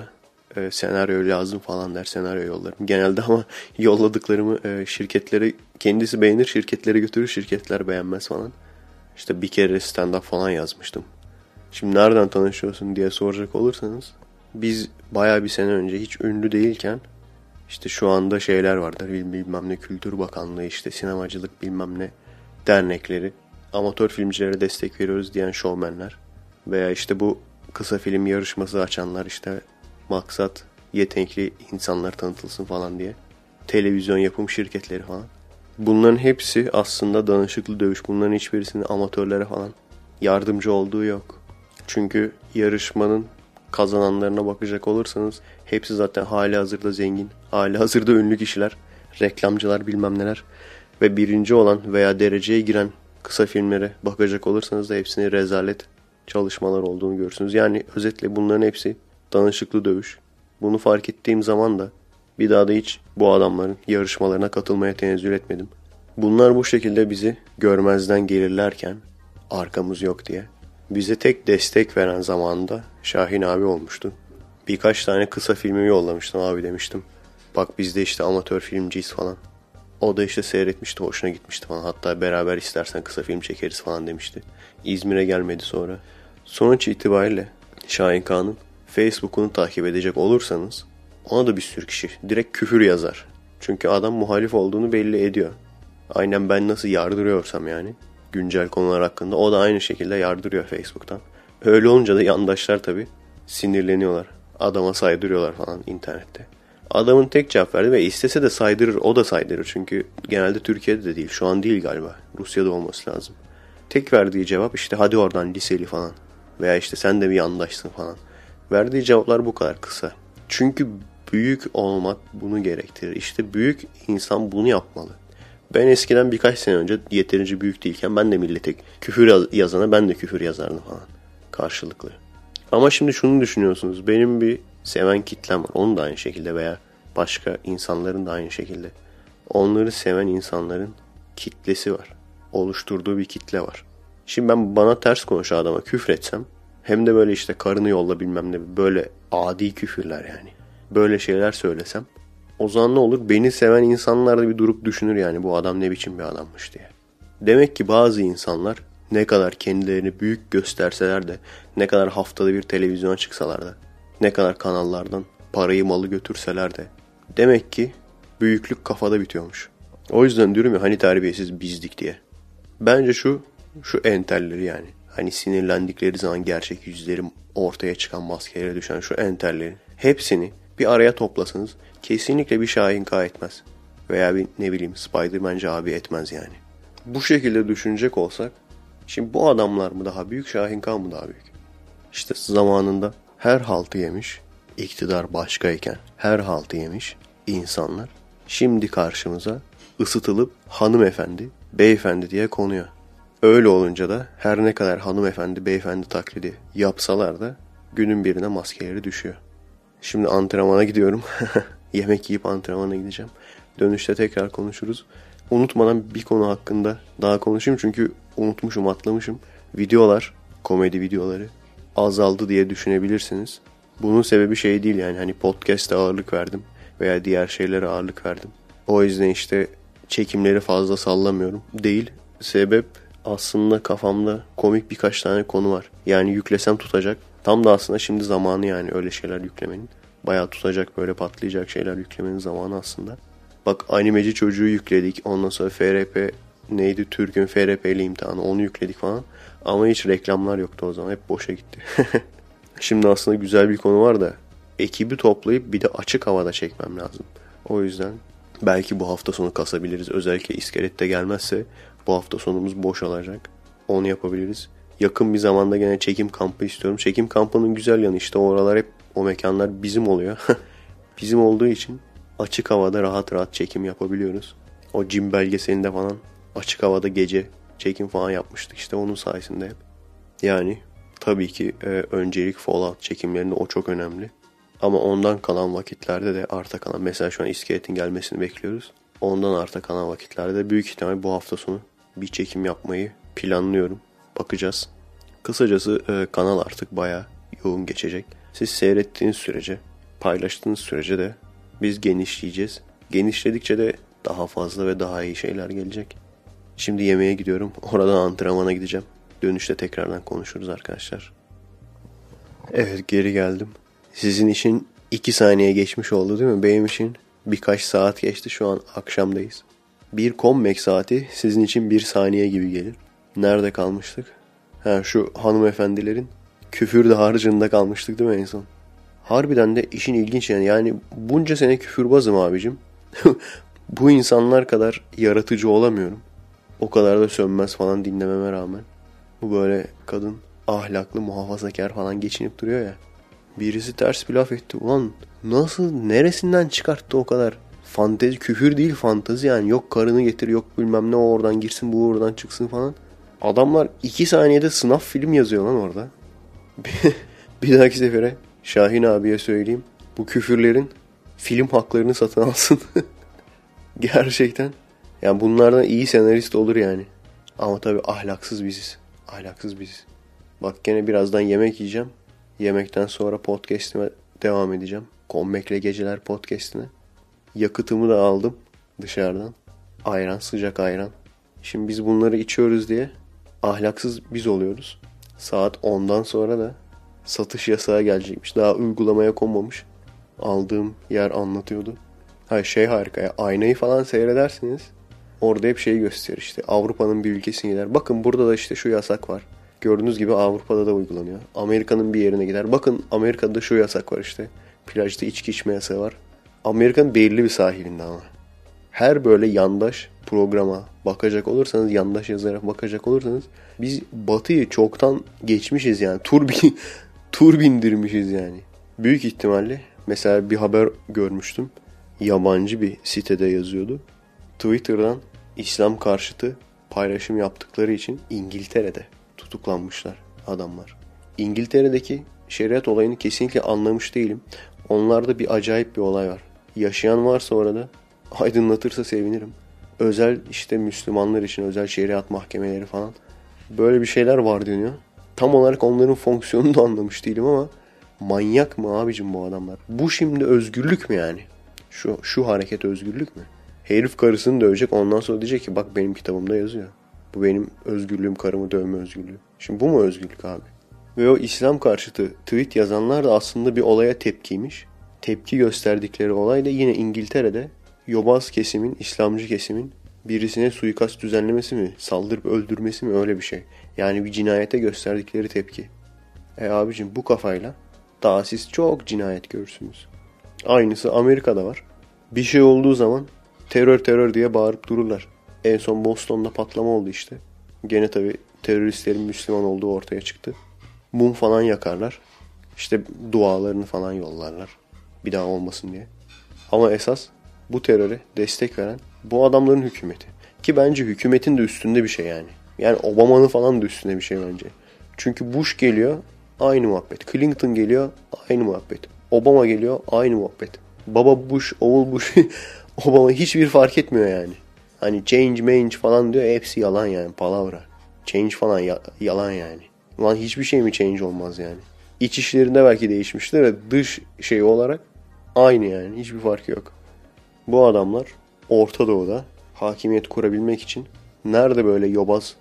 senaryo lazım falan der, senaryo yollarım. Genelde ama yolladıklarımı şirketlere kendisi beğenir, şirketlere götürür, şirketler beğenmez falan. İşte bir kere stand-up falan yazmıştım. Şimdi nereden tanışıyorsun diye soracak olursanız, biz bayağı bir sene önce hiç ünlü değilken işte şu anda şeyler vardır, bilmem ne Kültür Bakanlığı, işte sinemacılık bilmem ne dernekleri, amatör filmcilere destek veriyoruz diyen şovmenler veya işte bu kısa film yarışması açanlar, işte maksat yetenekli insanlar tanıtılsın falan diye televizyon yapım şirketleri falan. Bunların hepsi aslında danışıklı dövüş. Bunların hiçbirisinin amatörlere falan yardımcı olduğu yok. Çünkü yarışmanın kazananlarına bakacak olursanız hepsi zaten hali hazırda zengin, hali hazırda ünlü kişiler, reklamcılar bilmem neler ve birinci olan veya dereceye giren kısa filmlere bakacak olursanız da hepsinin rezalet çalışmalar olduğunu görürsünüz. Yani özetle bunların hepsi danışıklı dövüş. Bunu fark ettiğim zaman da bir daha da hiç bu adamların yarışmalarına katılmaya tenezzül etmedim. Bunlar bu şekilde bizi görmezden gelirlerken arkamız yok diye. Bize tek destek veren zamanında Şahin abi olmuştu. Birkaç tane kısa filmimi yollamıştım, abi demiştim. Bak biz de işte amatör filmciyiz falan. O da işte seyretmişti, hoşuna gitmişti falan. Hatta beraber istersen kısa film çekeriz falan demişti. İzmir'e gelmedi sonra. Sonuç itibariyle Şahin Kağan'ın Facebook'unu takip edecek olursanız ona da bir sürü kişi direkt küfür yazar. Çünkü adam muhalif olduğunu belli ediyor. Aynen ben nasıl yardırıyorsam yani güncel konular hakkında o da aynı şekilde yardırıyor Facebook'tan. Öyle olunca da yandaşlar tabii sinirleniyorlar. Adama saydırıyorlar falan internette. Adamın tek cevap verdi ve istese de saydırır, o da saydırır. Çünkü genelde Türkiye'de de değil, şu an değil galiba. Rusya'da olması lazım. Tek verdiği cevap işte hadi oradan liseli falan. Veya işte sen de bir yandaşsın falan. Verdiği cevaplar bu kadar kısa. Çünkü büyük olmak bunu gerektirir. İşte büyük insan bunu yapmalı. Ben eskiden birkaç sene önce yeterince büyük değilken ben de millete küfür yazana ben de küfür yazardım falan. Karşılıklı. Ama şimdi şunu düşünüyorsunuz. Benim bir seven kitlem var. Onun da aynı şekilde veya başka insanların da aynı şekilde. Onları seven insanların kitlesi var. Oluşturduğu bir kitle var. Şimdi ben bana ters konuşan adama küfretsem hem de böyle işte karını yolla bilmem ne böyle adi küfürler yani. Böyle şeyler söylesem o zaman ne olur? Beni seven insanlar da bir durup düşünür yani bu adam ne biçim bir adammış diye. Demek ki bazı insanlar ne kadar kendilerini büyük gösterseler de, ne kadar haftada bir televizyona çıksalar da, ne kadar kanallardan parayı malı götürseler de, demek ki büyüklük kafada bitiyormuş. O yüzden diyorum ya hani terbiyesiz bizdik diye. Bence şu entelleri yani. Hani sinirlendikleri zaman gerçek yüzleri ortaya çıkan maskelere düşen şu entellerin hepsini bir araya toplasanız kesinlikle bir Şahin K etmez. Veya bir ne bileyim Spider-Man'ci abi etmez yani. Bu şekilde düşünecek olsak şimdi bu adamlar mı daha büyük, Şahin K mı daha büyük? İşte zamanında her haltı yemiş, iktidar başkayken her haltı yemiş insanlar şimdi karşımıza ısıtılıp hanımefendi, beyefendi diye konuyor. Öyle olunca da her ne kadar hanımefendi, beyefendi taklidi yapsalar da günün birine maskeleri düşüyor. Şimdi antrenmana gidiyorum. Yemek yiyip antrenmana gideceğim. Dönüşte tekrar konuşuruz. Unutmadan bir konu hakkında daha konuşayım çünkü unutmuşum, atlamışım. Videolar, komedi videoları azaldı diye düşünebilirsiniz. Bunun sebebi şey değil yani hani podcast'e ağırlık verdim veya diğer şeylere ağırlık verdim. O yüzden işte çekimleri fazla sallamıyorum. Değil. Sebep aslında kafamda komik birkaç tane konu var. Yani yüklesem tutacak. Tam da aslında şimdi zamanı yani öyle şeyler yüklemenin. Bayağı tutacak böyle patlayacak şeyler yüklemenin zamanı aslında. Bak animeci çocuğu yükledik. Ondan sonra FRP neydi? Türk'ün FRP'li imtihanı. Onu yükledik falan. Ama hiç reklamlar yoktu o zaman. Hep boşa gitti. Şimdi aslında güzel bir konu var da ekibi toplayıp bir de açık havada çekmem lazım. O yüzden belki bu hafta sonu kasabiliriz. Özellikle iskelette gelmezse bu hafta sonumuz boş olacak. Onu yapabiliriz. Yakın bir zamanda gene çekim kampı istiyorum. Çekim kampının güzel yanı işte oralar hep o mekanlar bizim oluyor. Bizim olduğu için açık havada rahat rahat çekim yapabiliyoruz. O Cim belgeselinde falan açık havada gece çekim falan yapmıştık işte onun sayesinde hep. Yani tabii ki öncelik Fallout çekimlerinde o çok önemli. Ama ondan kalan vakitlerde de arta kalan mesela şu an iskeletin gelmesini bekliyoruz. Ondan arta kalan vakitlerde de büyük ihtimal bu hafta sonu bir çekim yapmayı planlıyorum. Bakacağız. Kısacası kanal artık bayağı yoğun geçecek. Siz seyrettiğiniz sürece paylaştığınız sürece de biz genişleyeceğiz. Genişledikçe de daha fazla ve daha iyi şeyler gelecek. Şimdi yemeğe gidiyorum. Oradan antrenmana gideceğim. Dönüşte tekrardan konuşuruz arkadaşlar. Evet, geri geldim. Sizin için 2 saniye geçmiş oldu değil mi? Benim için birkaç saat geçti. Şu an akşamdayız. Bir comeback saati sizin için 1 saniye gibi gelir. Nerede kalmıştık? Şu hanımefendilerin küfür de harcında kalmıştık değil mi en son? Harbiden de işin ilginç yani bunca sene küfürbazım abicim. Bu insanlar kadar yaratıcı olamıyorum. O kadar da sönmez falan dinlememe rağmen. Bu böyle kadın ahlaklı, muhafazakar falan geçinip duruyor ya. Birisi ters bir laf etti. Ulan nasıl, neresinden çıkarttı o kadar? Fantezi, küfür değil fantezi yani. Yok karını getir, yok bilmem ne, o oradan girsin, bu oradan çıksın falan. Adamlar 2 saniyede sınav film yazıyor lan orada. Bir dahaki sefere Şahin abiye söyleyeyim. Bu küfürlerin film haklarını satın alsın. Gerçekten. Yani bunlardan iyi senarist olur yani. Ama tabii ahlaksız biziz. Ahlaksız biziz. Bak gene birazdan yemek yiyeceğim. Yemekten sonra podcast'ime devam edeceğim. Comeback'le Geceler podcast'ine. Yakıtımı da aldım dışarıdan. Ayran, sıcak ayran. Şimdi biz bunları içiyoruz diye ahlaksız biz oluyoruz. Saat 10'dan sonra da satış yasağı gelecekmiş. Daha uygulamaya konmamış. Aldığım yer anlatıyordu. Harika ya. Aynayı falan seyredersiniz. Orada hep şeyi gösterir işte. Avrupa'nın bir ülkesine gider. Bakın burada da işte şu yasak var. Gördüğünüz gibi Avrupa'da da uygulanıyor. Amerika'nın bir yerine gider. Bakın Amerika'da şu yasak var işte. Plajda içki içme yasağı var. Amerika'nın belirli bir sahilinde ama. Her böyle yandaş programa bakacak olursanız, yandaş yazarak bakacak olursanız biz Batı'yı çoktan geçmişiz yani. Tur bindirmişiz yani. Büyük ihtimalle mesela bir haber görmüştüm. Yabancı bir sitede yazıyordu. Twitter'dan İslam karşıtı paylaşım yaptıkları için İngiltere'de tutuklanmışlar adamlar. İngiltere'deki şeriat olayını kesinlikle anlamış değilim. Onlarda bir acayip bir olay var. Yaşayan varsa orada aydınlatırsa sevinirim. Özel işte Müslümanlar için özel şeriat mahkemeleri falan. Böyle bir şeyler var deniyor. Tam olarak onların fonksiyonunu da anlamış değilim ama manyak mı abicim bu adamlar? Bu şimdi özgürlük mü yani? Şu hareket özgürlük mü? Herif karısını dövecek, ondan sonra diyecek ki bak benim kitabımda yazıyor. Bu benim özgürlüğüm, karımı dövme özgürlüğü. Şimdi bu mu özgürlük abi? Ve o İslam karşıtı tweet yazanlar da aslında bir olaya tepkiymiş. Tepki gösterdikleri olay da yine İngiltere'de yobaz kesimin, İslamcı kesimin birisine suikast düzenlemesi mi, saldırıp öldürmesi mi, öyle bir şey. Yani bir cinayete gösterdikleri tepki. Abicim bu kafayla daha siz çok cinayet görürsünüz. Aynısı Amerika'da var. Bir şey olduğu zaman terör diye bağırıp dururlar. En son Boston'da patlama oldu işte. Gene tabii teröristlerin Müslüman olduğu ortaya çıktı. Mum falan yakarlar. İşte dualarını falan yollarlar. Bir daha olmasın diye. Ama esas bu teröre destek veren bu adamların hükümeti. Ki bence hükümetin de üstünde bir şey yani. Yani Obama'nın falan da üstünde bir şey bence. Çünkü Bush geliyor, aynı muhabbet. Clinton geliyor, aynı muhabbet. Obama geliyor, aynı muhabbet. Baba Bush, oğul Bush, Obama hiçbir fark etmiyor yani. Hani change falan diyor, hepsi yalan yani, palavra. Change falan yalan yani. Ulan hiçbir şey mi change olmaz yani? İç işlerinde belki değişmiştir ve dış şey olarak aynı yani. Hiçbir farkı yok. Bu adamlar Orta Doğu'da hakimiyet kurabilmek için nerede böyle yobaz,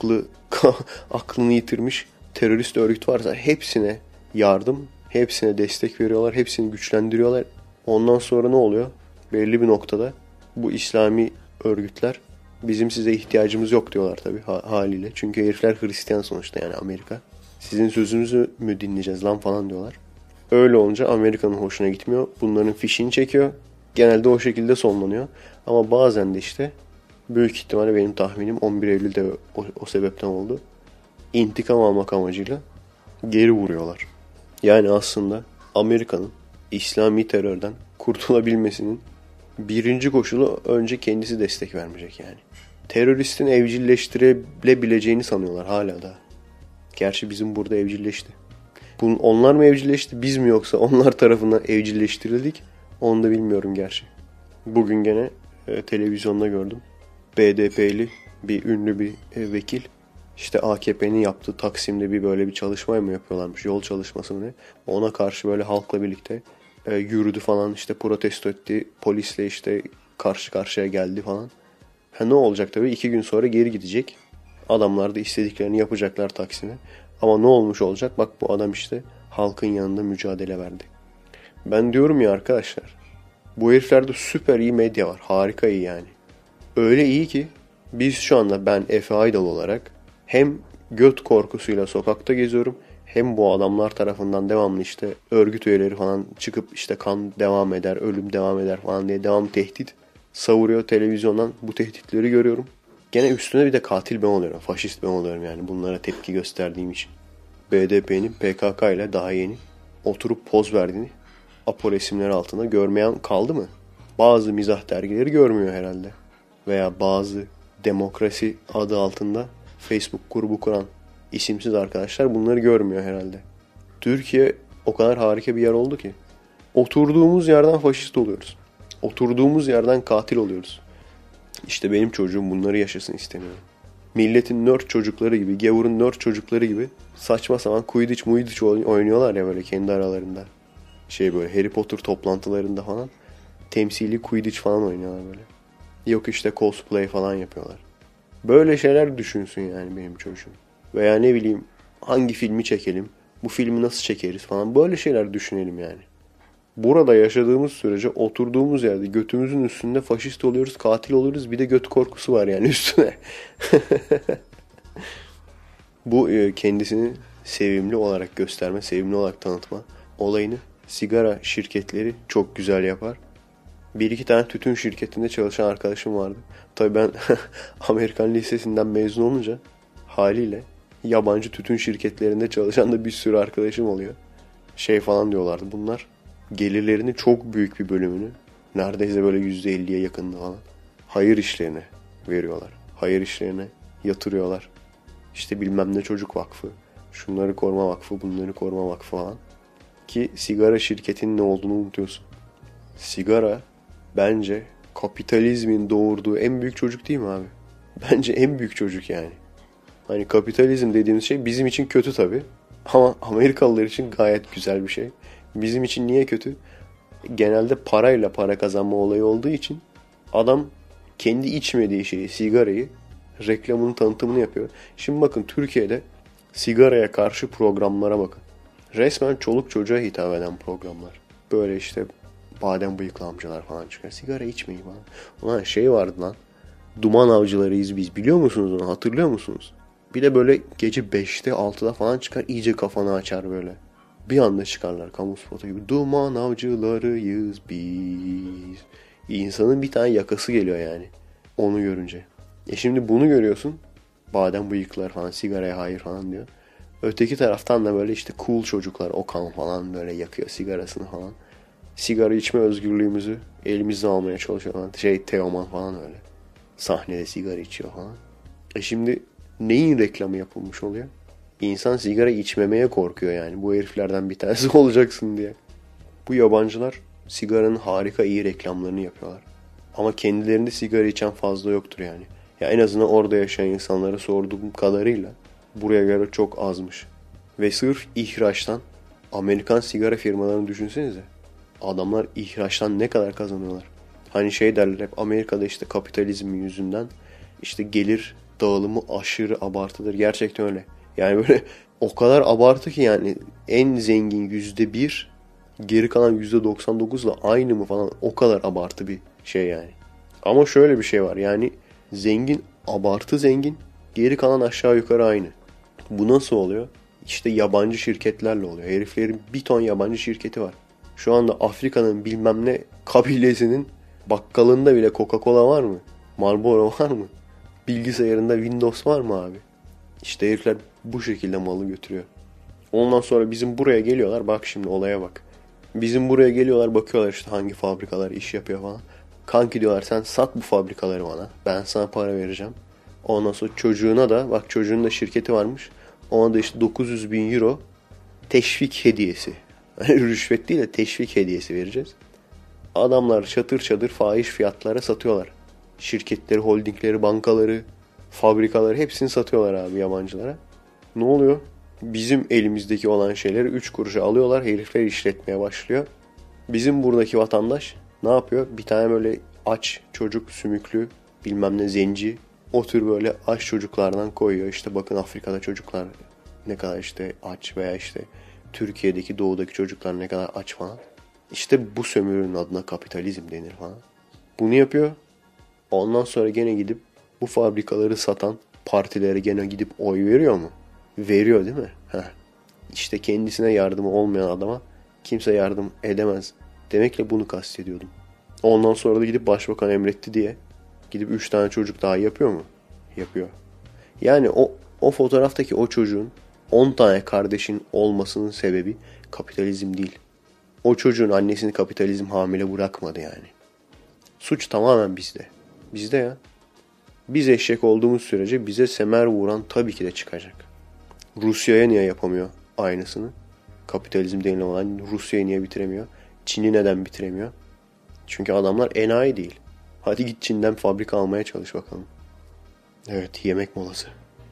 aklını yitirmiş terörist örgüt varsa hepsine yardım, hepsine destek veriyorlar, hepsini güçlendiriyorlar. Ondan sonra ne oluyor? Belli bir noktada bu İslami örgütler bizim size ihtiyacımız yok diyorlar tabii haliyle. Çünkü herifler Hristiyan sonuçta yani Amerika. Sizin sözünüzü mü dinleyeceğiz lan falan diyorlar. Öyle olunca Amerika'nın hoşuna gitmiyor. Bunların fişini çekiyor. Genelde o şekilde sonlanıyor. Ama bazen de işte büyük ihtimalle benim tahminim 11 Eylül'de o sebepten oldu. İntikam almak amacıyla geri vuruyorlar. Yani aslında Amerika'nın İslami terörden kurtulabilmesinin birinci koşulu önce kendisi destek vermeyecek yani. Teröristin evcilleştirebileceğini sanıyorlar hala da. Gerçi bizim burada evcilleşti. Onlar mı evcilleşti, biz mi, yoksa onlar tarafından evcilleştirildik? Onu da bilmiyorum gerçi. Bugün gene televizyonda gördüm. BDP'li bir ünlü bir vekil işte AKP'nin yaptığı Taksim'de böyle bir çalışma mı yapıyorlarmış, yol çalışması mı ne? Ona karşı böyle halkla birlikte yürüdü falan, işte protesto etti. Polisle işte karşı karşıya geldi falan. Ha, ne olacak tabii? 2 gün sonra geri gidecek. Adamlar da istediklerini yapacaklar Taksim'e. Ama ne olmuş olacak? Bak, bu adam işte halkın yanında mücadele verdi. Ben diyorum ya arkadaşlar, bu heriflerde süper iyi medya var. Harika iyi yani. Öyle iyi ki biz şu anda, ben Efe Aydal olarak hem göt korkusuyla sokakta geziyorum, hem bu adamlar tarafından devamlı işte örgüt üyeleri falan çıkıp işte kan devam eder, ölüm devam eder falan diye devam tehdit savuruyor televizyondan, bu tehditleri görüyorum. Gene üstüne bir de katil ben oluyorum, faşist ben oluyorum yani bunlara tepki gösterdiğim için. BDP'nin PKK ile daha yeni oturup poz verdiğini Apo resimleri altında görmeyen kaldı mı? Bazı mizah dergileri görmüyor herhalde. Veya bazı demokrasi adı altında Facebook grubu kuran isimsiz arkadaşlar bunları görmüyor herhalde. Türkiye o kadar harika bir yer oldu ki. Oturduğumuz yerden faşist oluyoruz. Oturduğumuz yerden katil oluyoruz. İşte benim çocuğum bunları yaşasın istemiyorum. Milletin nerd çocukları gibi, gavurun nerd çocukları gibi saçma sapan Quidditch oynuyorlar ya böyle kendi aralarında. Böyle Harry Potter toplantılarında falan temsili Quidditch falan oynuyorlar böyle. Yok işte cosplay falan yapıyorlar. Böyle şeyler düşünsün yani benim çocuğum. Veya ne bileyim, hangi filmi çekelim, bu filmi nasıl çekeriz falan, böyle şeyler düşünelim yani. Burada yaşadığımız sürece oturduğumuz yerde götümüzün üstünde faşist oluyoruz, katil oluyoruz, bir de göt korkusu var yani üstüne. Bu kendisini sevimli olarak gösterme, sevimli olarak tanıtma olayını sigara şirketleri çok güzel yapar. Bir iki tane tütün şirketinde çalışan arkadaşım vardı. Tabii ben Amerikan Lisesi'nden mezun olunca haliyle yabancı tütün şirketlerinde çalışan da bir sürü arkadaşım oluyor. Falan diyorlardı bunlar. Gelirlerinin çok büyük bir bölümünü, neredeyse böyle %50'ye yakınını falan, hayır işlerine veriyorlar. Hayır işlerine yatırıyorlar. İşte bilmem ne çocuk vakfı, şunları koruma vakfı, bunları koruma vakfı falan. Ki sigara şirketinin ne olduğunu unutuyorsun. Sigara bence kapitalizmin doğurduğu en büyük çocuk değil mi abi? Bence en büyük çocuk yani. Hani kapitalizm dediğimiz şey bizim için kötü tabii. Ama Amerikalılar için gayet güzel bir şey. Bizim için niye kötü? Genelde parayla para kazanma olayı olduğu için adam kendi içmediği şeyi, sigarayı, reklamını, tanıtımını yapıyor. Şimdi bakın Türkiye'de sigaraya karşı programlara bakın. Resmen çoluk çocuğa hitap eden programlar. Böyle işte badem bıyıklı amcalar falan çıkıyor. Sigara içmeyin falan. Ulan vardı lan. Duman avcılarıyız biz. Biliyor musunuz onu? Hatırlıyor musunuz? Bir de böyle gece 5'te 6'da falan çıkar. İyice kafanı açar böyle. Bir anda çıkarlar kamu spotu gibi. Duman avcılarıyız biz. İnsanın bir tane yakası geliyor yani. Onu görünce. Şimdi bunu görüyorsun. Badem bıyıklar falan, sigaraya hayır falan diyor. Öteki taraftan da böyle işte cool çocuklar, Okan falan böyle yakıyor sigarasını falan. Sigara içme özgürlüğümüzü elimizden almaya çalışıyor. Teoman falan öyle. Sahnede sigara içiyor falan. Şimdi neyin reklamı yapılmış oluyor? İnsan sigara içmemeye korkuyor yani. Bu heriflerden bir tanesi olacaksın diye. Bu yabancılar sigaranın harika iyi reklamlarını yapıyorlar. Ama kendilerinde sigara içen fazla yoktur yani. Ya en azından orada yaşayan insanlara sorduğum kadarıyla buraya göre çok azmış. Ve sırf ihraçtan Amerikan sigara firmalarını düşünsenize. Adamlar ihraçtan ne kadar kazanıyorlar? Hani derler hep, Amerika'da işte kapitalizmin yüzünden işte gelir dağılımı aşırı abartıdır. Gerçekten öyle. Yani böyle o kadar abartı ki yani en zengin %1, geri kalan %99'la aynı mı falan, o kadar abartı bir şey yani. Ama şöyle bir şey var yani, zengin abartı zengin, geri kalan aşağı yukarı aynı. Bu nasıl oluyor? İşte yabancı şirketlerle oluyor. Heriflerin bir ton yabancı şirketi var. Şu anda Afrika'nın bilmem ne kabilesinin bakkalında bile Coca-Cola var mı? Marlboro var mı? Bilgisayarında Windows var mı abi? İşte herifler bu şekilde malı götürüyor. Ondan sonra bizim buraya geliyorlar. Bak şimdi olaya bak. Bizim buraya geliyorlar, bakıyorlar işte hangi fabrikalar iş yapıyor falan. Kanki diyorlar, sen sat bu fabrikaları bana. Ben sana para vereceğim. Ondan sonra çocuğuna da, bak çocuğun da şirketi varmış. Ona da işte 900 bin euro teşvik hediyesi. Rüşvet değil de teşvik hediyesi vereceğiz. Adamlar çatır çatır fahiş fiyatlara satıyorlar. Şirketleri, holdingleri, bankaları, fabrikaları hepsini satıyorlar abi yabancılara. Ne oluyor? Bizim elimizdeki olan şeyleri 3 kuruşa alıyorlar. Herifler işletmeye başlıyor. Bizim buradaki vatandaş ne yapıyor? Bir tane böyle aç çocuk, sümüklü, bilmem ne zenci, o tür böyle aç çocuklardan koyuyor. İşte bakın Afrika'da çocuklar ne kadar işte aç veya işte Türkiye'deki doğudaki çocuklar ne kadar aç falan. İşte bu sömürünün adına kapitalizm denir falan. Bunu yapıyor. Ondan sonra gene gidip bu fabrikaları satan partilere gene gidip oy veriyor mu? Veriyor değil mi? Heh. İşte kendisine yardımı olmayan adama kimse yardım edemez. Demekle bunu kastediyordum. Ondan sonra da gidip başbakan emretti diye gidip 3 tane çocuk daha yapıyor mu? Yapıyor. Yani o fotoğraftaki o çocuğun 10 tane kardeşin olmasının sebebi kapitalizm değil. O çocuğun annesini kapitalizm hamile bırakmadı yani. Suç tamamen bizde. Bizde ya. Biz eşek olduğumuz sürece bize semer vuran tabii ki de çıkacak. Rusya'ya niye yapamıyor aynısını? Kapitalizm denilen olan Rusya'yı niye bitiremiyor? Çin'i neden bitiremiyor? Çünkü adamlar enayi değil. Hadi git Çin'den fabrika almaya çalış bakalım. Evet, yemek molası.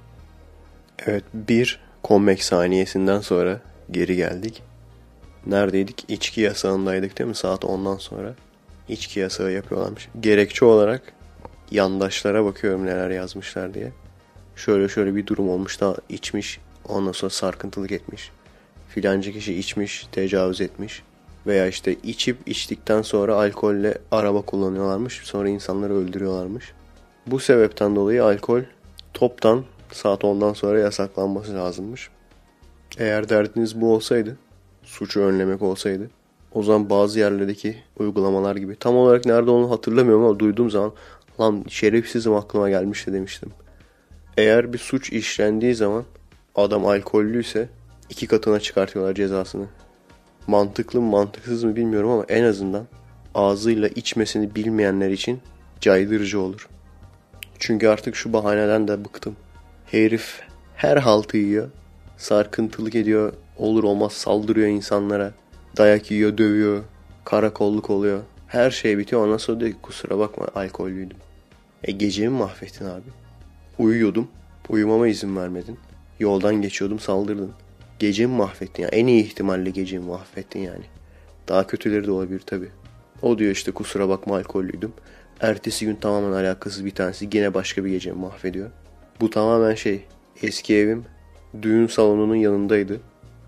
Evet, bir Comeback saniyesinden sonra geri geldik. Neredeydik? İçki yasağındaydık değil mi? Saat 10'dan sonra içki yasağı yapıyorlarmış. Gerekçe olarak yandaşlara bakıyorum neler yazmışlar diye. Şöyle bir durum olmuş da içmiş, ondan sonra sarkıntılık etmiş. Filanca kişi içmiş, tecavüz etmiş. Veya işte içip içtikten sonra alkolle araba kullanıyorlarmış. Sonra insanları öldürüyorlarmış. Bu sebepten dolayı alkol toptan saat 10'dan sonra yasaklanması lazımmış. Eğer derdiniz bu olsaydı, suçu önlemek olsaydı, o zaman bazı yerlerdeki uygulamalar gibi, tam olarak nerede olduğunu hatırlamıyorum ama duyduğum zaman lan şerefsizim aklıma gelmişti demiştim. Eğer bir suç işlendiği zaman adam alkollüyse 2 katına çıkartıyorlar cezasını. Mantıklı mı mantıksız mı bilmiyorum ama en azından ağzıyla içmesini bilmeyenler için caydırıcı olur. Çünkü artık şu bahaneden de bıktım. Herif her haltı yiyor, sarkıntılık ediyor, olur olmaz saldırıyor insanlara, dayak yiyor, dövüyor, karakolluk oluyor. Her şey bitiyor, ondan sonra diyor ki kusura bakma alkollüydüm. Gecemi mahvettin abi. Uyuyordum, uyumama izin vermedin. Yoldan geçiyordum, saldırdın. Gecemi mahvettin yani, en iyi ihtimalle gecemi mahvettin yani. Daha kötüleri de olabilir tabii. O diyor işte kusura bakma alkollüydüm. Ertesi gün tamamen alakasız bir tanesi yine başka bir gecemi mahvediyor. Bu tamamen eski evim düğün salonunun yanındaydı.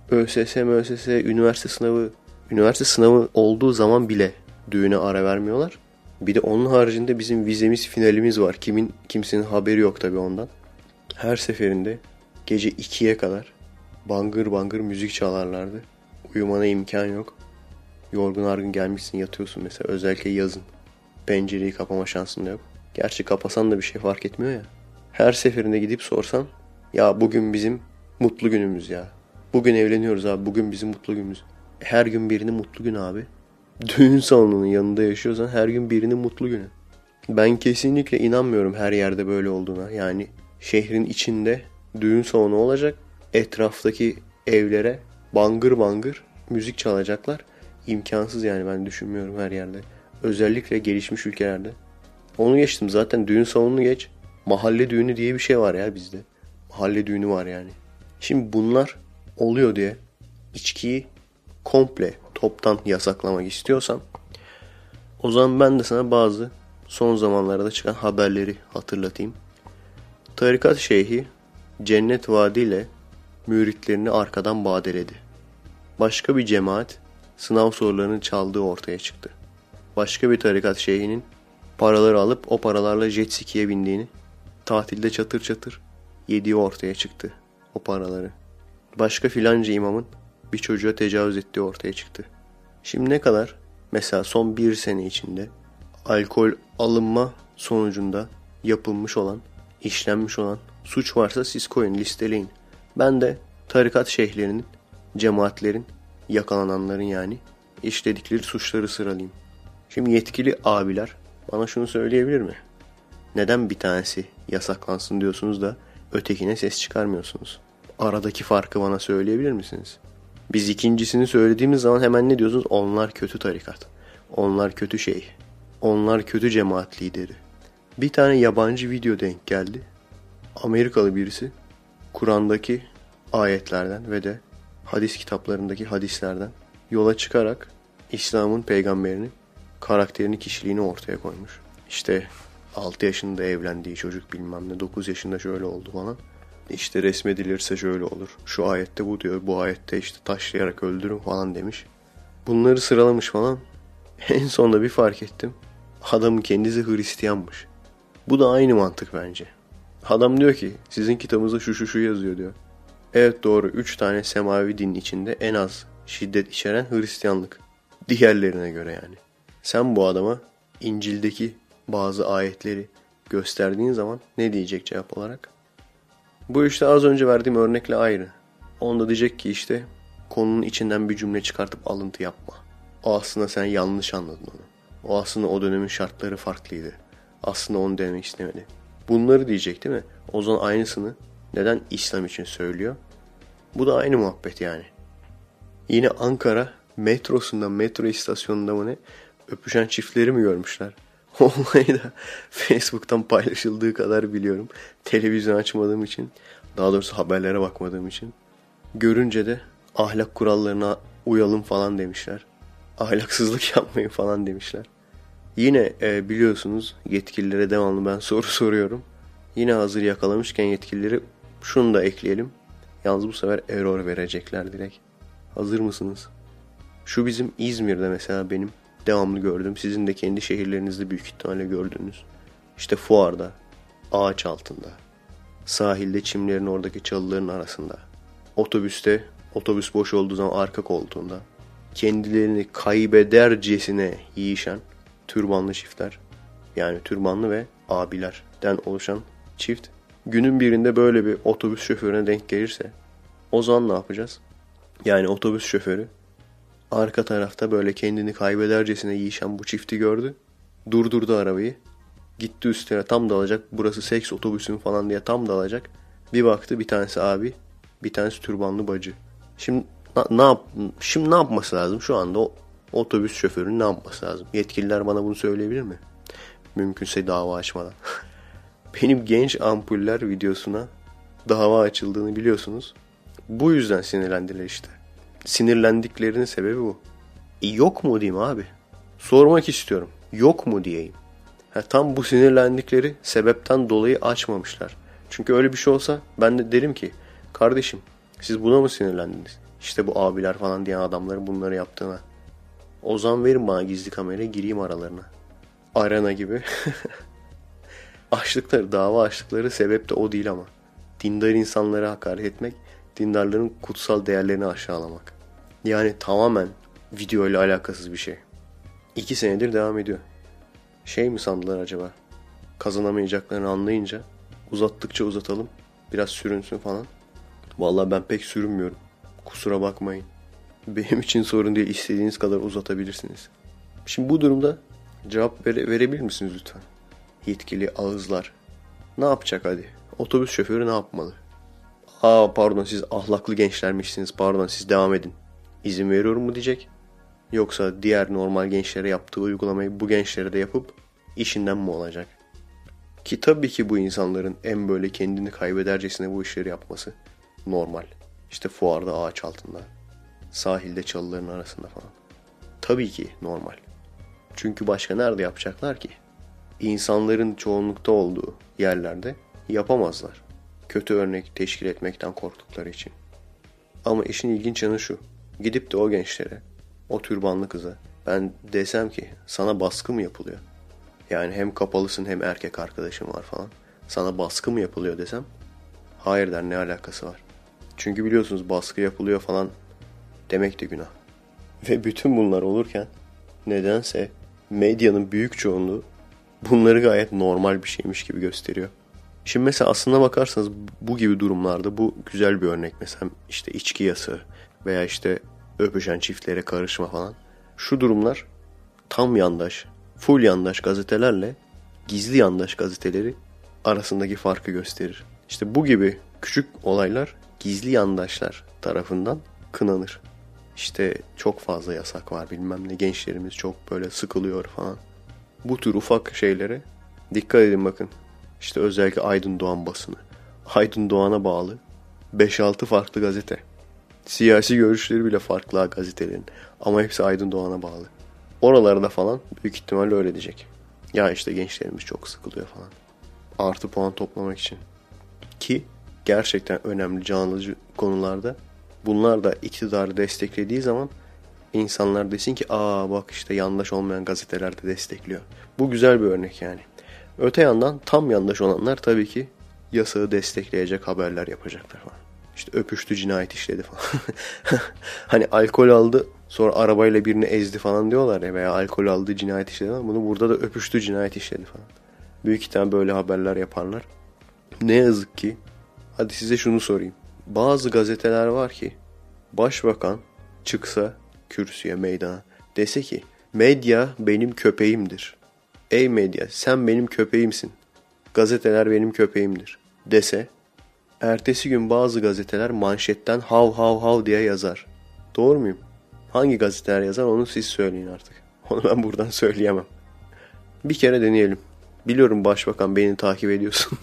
ÖSS, üniversite sınavı olduğu zaman bile düğüne ara vermiyorlar. Bir de onun haricinde bizim vizemiz, finalimiz var. Kimsenin haberi yok tabii ondan. Her seferinde gece 2'ye kadar bangır bangır müzik çalarlardı. Uyumana imkan yok. Yorgun argın gelmişsin, yatıyorsun mesela, özellikle yazın. Pencereyi kapama şansın da yok. Gerçi kapasan da bir şey fark etmiyor ya. Her seferinde gidip sorsan ya bugün bizim mutlu günümüz ya. Bugün evleniyoruz abi, bugün bizim mutlu günümüz. Her gün birinin mutlu günü abi. Düğün salonunun yanında yaşıyorsan her gün birinin mutlu günü. Ben kesinlikle inanmıyorum her yerde böyle olduğuna. Yani şehrin içinde düğün salonu olacak. Etraftaki evlere bangır bangır müzik çalacaklar. İmkansız yani, ben düşünmüyorum her yerde. Özellikle gelişmiş ülkelerde. Onu geçtim, zaten düğün salonunu geç. Mahalle düğünü diye bir şey var ya bizde. Mahalle düğünü var yani. Şimdi bunlar oluyor diye içkiyi komple toptan yasaklamak istiyorsan, o zaman ben de sana bazı son zamanlarda çıkan haberleri hatırlatayım. Tarikat şeyhi cennet vaadiyle müritlerini arkadan badeledi. Başka bir cemaat sınav sorularını çaldığı ortaya çıktı. Başka bir tarikat şeyhinin paraları alıp o paralarla jet ski'ye bindiğini, tatilde çatır çatır yediği ortaya çıktı o paraları. Başka filanca imamın bir çocuğa tecavüz ettiği ortaya çıktı. Şimdi ne kadar mesela son 1 sene içinde alkol alınma sonucunda yapılmış olan, işlenmiş olan suç varsa siz koyun, listeleyin. Ben de tarikat şeyhlerinin, cemaatlerin, yakalananların yani işledikleri suçları sıralayayım. Şimdi yetkili abiler bana şunu söyleyebilir mi? Neden bir tanesi yasaklansın diyorsunuz da ötekine ses çıkarmıyorsunuz? Aradaki farkı bana söyleyebilir misiniz? Biz ikincisini söylediğimiz zaman hemen ne diyorsunuz? Onlar kötü tarikat. Onlar kötü şeyh. Onlar kötü cemaat lideri. Bir tane yabancı video denk geldi. Amerikalı birisi Kur'an'daki ayetlerden ve de hadis kitaplarındaki hadislerden yola çıkarak İslam'ın peygamberini, karakterini, kişiliğini ortaya koymuş. İşte 6 yaşında evlendiği çocuk bilmem ne, 9 yaşında şöyle oldu falan. İşte resmedilirse şöyle olur. Şu ayette bu diyor, bu ayette işte taşlayarak öldürün falan demiş. Bunları sıralamış falan. En sonunda bir fark ettim. Adamın kendisi Hristiyanmış. Bu da aynı mantık bence. Adam diyor ki sizin kitabınızda şu yazıyor diyor. Evet doğru, 3 tane semavi din içinde en az şiddet içeren Hristiyanlık. Diğerlerine göre yani. Sen bu adama İncil'deki bazı ayetleri gösterdiğin zaman ne diyecek cevap olarak? Bu işte az önce verdiğim örnekle ayrı. Onda diyecek ki işte konunun içinden bir cümle çıkartıp alıntı yapma. O aslında sen yanlış anladın onu. O aslında o dönemin şartları farklıydı. Aslında onu demek istemedi. Bunları diyecek değil mi? O zaman aynısını neden İslam için söylüyor? Bu da aynı muhabbet yani. Yine Ankara metro istasyonunda mı ne öpüşen çiftleri mi görmüşler? Olayı da Facebook'tan paylaşıldığı kadar biliyorum. Televizyon açmadığım için, daha doğrusu haberlere bakmadığım için. Görünce de ahlak kurallarına uyalım falan demişler. Ahlaksızlık yapmayın falan demişler. Yine biliyorsunuz yetkililere devamlı ben soru soruyorum. Yine hazır yakalamışken yetkilileri şunu da ekleyelim. Yalnız bu sefer error verecekler direkt. Hazır mısınız? Şu bizim İzmir'de mesela benim devamlı gördüğüm, sizin de kendi şehirlerinizde büyük ihtimalle gördüğünüz. İşte fuarda, ağaç altında, sahilde çimlerin oradaki çalıların arasında, otobüste, otobüs boş olduğu zaman arka koltuğunda, kendilerini kaybedercesine yiyişen türbanlı çiftler, yani türbanlı ve abilerden oluşan çift, günün birinde böyle bir otobüs şoförüne denk gelirse, o zaman ne yapacağız? Yani otobüs şoförü arka tarafta böyle kendini kaybedercesine yiyişen bu çifti gördü. Durdurdu arabayı. Gitti üstüne tam dalacak. Burası seks otobüsün falan diye tam dalacak. Bir baktı bir tanesi abi, bir tanesi türbanlı bacı. Şimdi ne yapması lazım? Şu anda o otobüs şoförünün ne yapması lazım? Yetkililer bana bunu söyleyebilir mi? Mümkünse dava açmadan. Benim genç ampuller videosuna dava açıldığını biliyorsunuz. Bu yüzden sinirlendiler işte. Sinirlendiklerinin sebebi bu. Yok mu diyeyim abi? Sormak istiyorum. Yok mu diyeyim. Tam bu sinirlendikleri sebepten dolayı açmamışlar. Çünkü öyle bir şey olsa ben de derim ki kardeşim siz buna mı sinirlendiniz? İşte bu abiler falan diyen adamların bunları yaptığına. O zaman verin bana gizli kameraya, gireyim aralarına. Arena gibi. Dava açtıkları sebep de o değil ama. Dindar insanlara hakaret etmek, dindarların kutsal değerlerini aşağılamak. Yani tamamen video ile alakasız bir şey. 2 senedir devam ediyor. Şey mi sandılar acaba? Kazanamayacaklarını anlayınca uzattıkça uzatalım. Biraz sürünsün falan. Vallahi ben pek sürünmüyorum. Kusura bakmayın. Benim için sorun değil. İstediğiniz kadar uzatabilirsiniz. Şimdi bu durumda cevap verebilir misiniz lütfen? Yetkili ağızlar. Ne yapacak hadi? Otobüs şoförü ne yapmalı? Pardon siz ahlaklı gençlermişsiniz. Pardon siz devam edin. İzin veriyorum mu diyecek? Yoksa diğer normal gençlere yaptığı uygulamayı bu gençlere de yapıp işinden mi olacak? Ki tabii ki bu insanların en böyle kendini kaybedercesine bu işleri yapması normal. İşte fuarda ağaç altında, sahilde çalıların arasında falan. Tabii ki normal. Çünkü başka nerede yapacaklar ki? İnsanların çoğunlukta olduğu yerlerde yapamazlar. Kötü örnek teşkil etmekten korktukları için. Ama işin ilginç yanı şu. Gidip de o gençlere, o türbanlı kıza ben desem ki sana baskı mı yapılıyor? Yani hem kapalısın hem erkek arkadaşın var falan. Sana baskı mı yapılıyor desem? Hayır der, ne alakası var? Çünkü biliyorsunuz baskı yapılıyor falan demek de günah. Ve bütün bunlar olurken nedense medyanın büyük çoğunluğu bunları gayet normal bir şeymiş gibi gösteriyor. Şimdi mesela aslına bakarsanız bu gibi durumlarda bu güzel bir örnek. Mesela işte içki yasağı veya işte öpüşen çiftlere karışma falan. Şu durumlar tam yandaş, full yandaş gazetelerle gizli yandaş gazeteleri arasındaki farkı gösterir. İşte bu gibi küçük olaylar gizli yandaşlar tarafından kınanır. İşte çok fazla yasak var bilmem ne, gençlerimiz çok böyle sıkılıyor falan. Bu tür ufak şeylere dikkat edin bakın. İşte özellikle Aydın Doğan basını. Aydın Doğan'a bağlı 5-6 farklı gazete. Siyasi görüşleri bile farklı ha gazetelerin. Ama hepsi Aydın Doğan'a bağlı. Oralarda falan büyük ihtimalle öyle diyecek. Ya işte gençlerimiz çok sıkılıyor falan. Artı puan toplamak için. Ki gerçekten önemli canlıcı konularda bunlar da iktidarı desteklediği zaman insanlar desin ki aa bak işte yandaş olmayan gazeteler de destekliyor. Bu güzel bir örnek yani. Öte yandan tam yandaş olanlar tabii ki yasağı destekleyecek haberler yapacaklar falan. İşte öpüştü cinayet işledi falan. Hani alkol aldı sonra arabayla birini ezdi falan diyorlar ya veya alkol aldı cinayet işledi falan. Bunu burada da öpüştü cinayet işledi falan. Büyük ihtimal böyle haberler yaparlar. Ne yazık ki hadi size şunu sorayım. Bazı gazeteler var ki başbakan çıksa kürsüye meydana dese ki medya benim köpeğimdir. Ey medya sen benim köpeğimsin. Gazeteler benim köpeğimdir dese ertesi gün bazı gazeteler manşetten hav hav hav diye yazar. Doğru muyum? Hangi gazeteler yazar onu siz söyleyin artık. Onu ben buradan söyleyemem. Bir kere deneyelim. Biliyorum başbakan beni takip ediyorsun.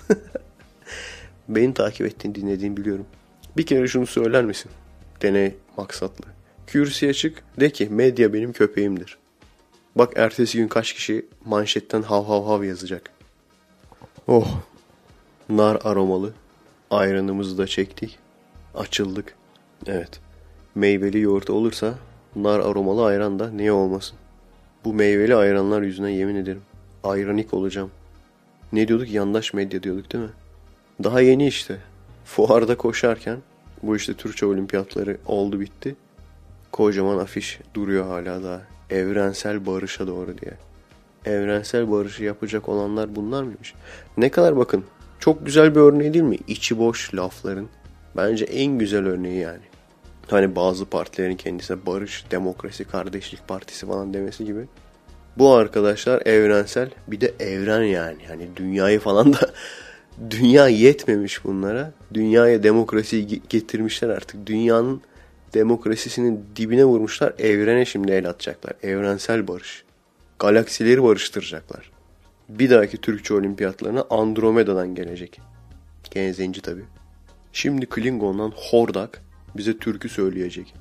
Beni takip ettiğini dinlediğini biliyorum. Bir kere şunu söyler misin? Deney maksatlı. Kürsüye çık de ki medya benim köpeğimdir. Bak ertesi gün kaç kişi manşetten hav hav hav yazacak. Oh. Nar aromalı. Ayranımızı da çektik. Açıldık. Evet. Meyveli yoğurt olursa nar aromalı ayran da niye olmasın? Bu meyveli ayranlar yüzünden yemin ederim. Ayranik olacağım. Ne diyorduk? Yandaş medya diyorduk değil mi? Daha yeni işte. Fuarda koşarken bu işte Türkçe olimpiyatları oldu bitti. Kocaman afiş duruyor hala daha. Evrensel barışa doğru diye. Evrensel barışı yapacak olanlar bunlar mıymış? Ne kadar bakın. Çok güzel bir örneği değil mi? İçi boş lafların. Bence en güzel örneği yani. Hani bazı partilerin kendisine barış, demokrasi, kardeşlik partisi falan demesi gibi. Bu arkadaşlar evrensel bir de evren yani. Hani dünyayı falan da dünya yetmemiş bunlara. Dünyaya demokrasiyi getirmişler artık. Dünyanın demokrasisinin dibine vurmuşlar. Evrene şimdi el atacaklar. Evrensel barış. Galaksileri barıştıracaklar. Bir dahaki Türkçe olimpiyatlarına Andromeda'dan gelecek. Gene zenci tabii. Şimdi Klingon'dan Hordak bize türkü söyleyecek.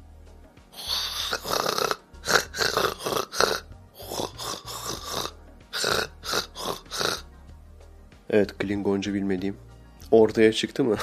Evet Klingonca bilmediğim. Ortaya çıktı mı?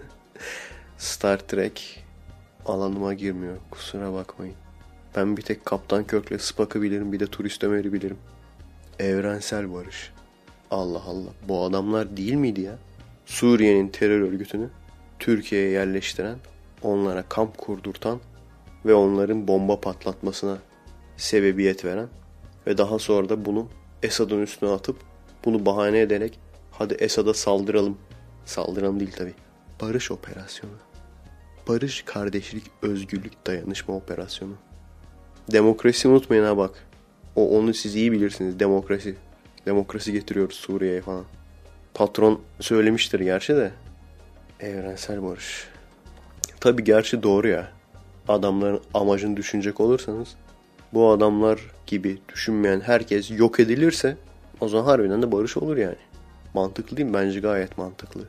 Star Trek alanıma girmiyor. Kusura bakmayın. Ben bir tek Kaptan Kirk'le Spock'ı bilirim. Bir de Turist Ömer'i bilirim. Evrensel barış. Allah Allah. Bu adamlar değil miydi ya? Suriye'nin terör örgütünü Türkiye'ye yerleştiren, onlara kamp kurdurtan ve onların bomba patlatmasına sebebiyet veren ve daha sonra da bunu Esad'ın üstüne atıp bunu bahane ederek hadi Esad'a saldıralım. Saldıralım değil tabii. Barış operasyonu. Barış, kardeşlik, özgürlük, dayanışma operasyonu. Demokrasi unutmayın ha bak. Onu siz iyi bilirsiniz. Demokrasi. Demokrasi getiriyoruz Suriye'ye falan. Patron söylemiştir gerçi de. Evrensel barış. Tabii gerçi doğru ya. Adamların amacını düşünecek olursanız bu adamlar gibi düşünmeyen herkes yok edilirse o zaman harbiden de barış olur yani. Mantıklı değil mi? Bence gayet mantıklı.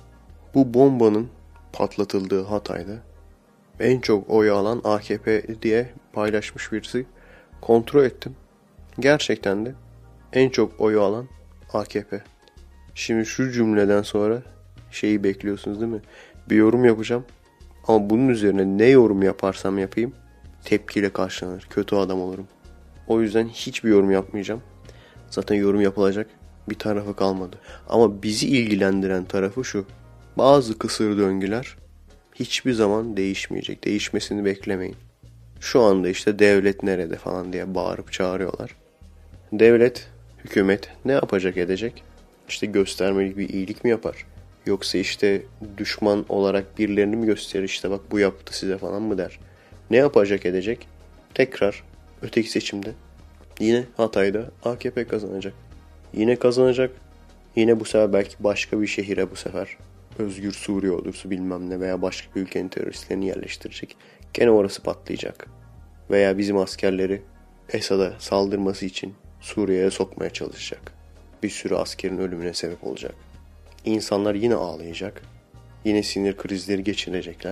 Bu bombanın patlatıldığı Hatay'da en çok oy alan AKP diye paylaşmış birisi. Kontrol ettim. Gerçekten de en çok oyu alan AKP. Şimdi şu cümleden sonra şeyi bekliyorsunuz değil mi? Bir yorum yapacağım. Ama bunun üzerine ne yorum yaparsam yapayım tepkiyle karşılanır. Kötü adam olurum. O yüzden hiçbir yorum yapmayacağım. Zaten yorum yapılacak bir tarafı kalmadı. Ama bizi ilgilendiren tarafı şu. Bazı kısır döngüler hiçbir zaman değişmeyecek. Değişmesini beklemeyin. Şu anda işte devlet nerede falan diye bağırıp çağırıyorlar. Devlet, hükümet ne yapacak edecek? İşte göstermelik bir iyilik mi yapar? Yoksa işte düşman olarak birilerini mi gösterir? İşte bak bu yaptı size falan mı der? Ne yapacak edecek? Tekrar öteki seçimde yine Hatay'da AKP kazanacak. Yine kazanacak. Yine bu sefer belki başka bir şehire bu sefer Özgür Suriye ordusu bilmem ne veya başka bir ülkenin teröristlerini yerleştirecek. Gene orası patlayacak. Veya bizim askerleri Esad'a saldırması için Suriye'ye sokmaya çalışacak. Bir sürü askerin ölümüne sebep olacak. İnsanlar yine ağlayacak. Yine sinir krizleri geçirecekler.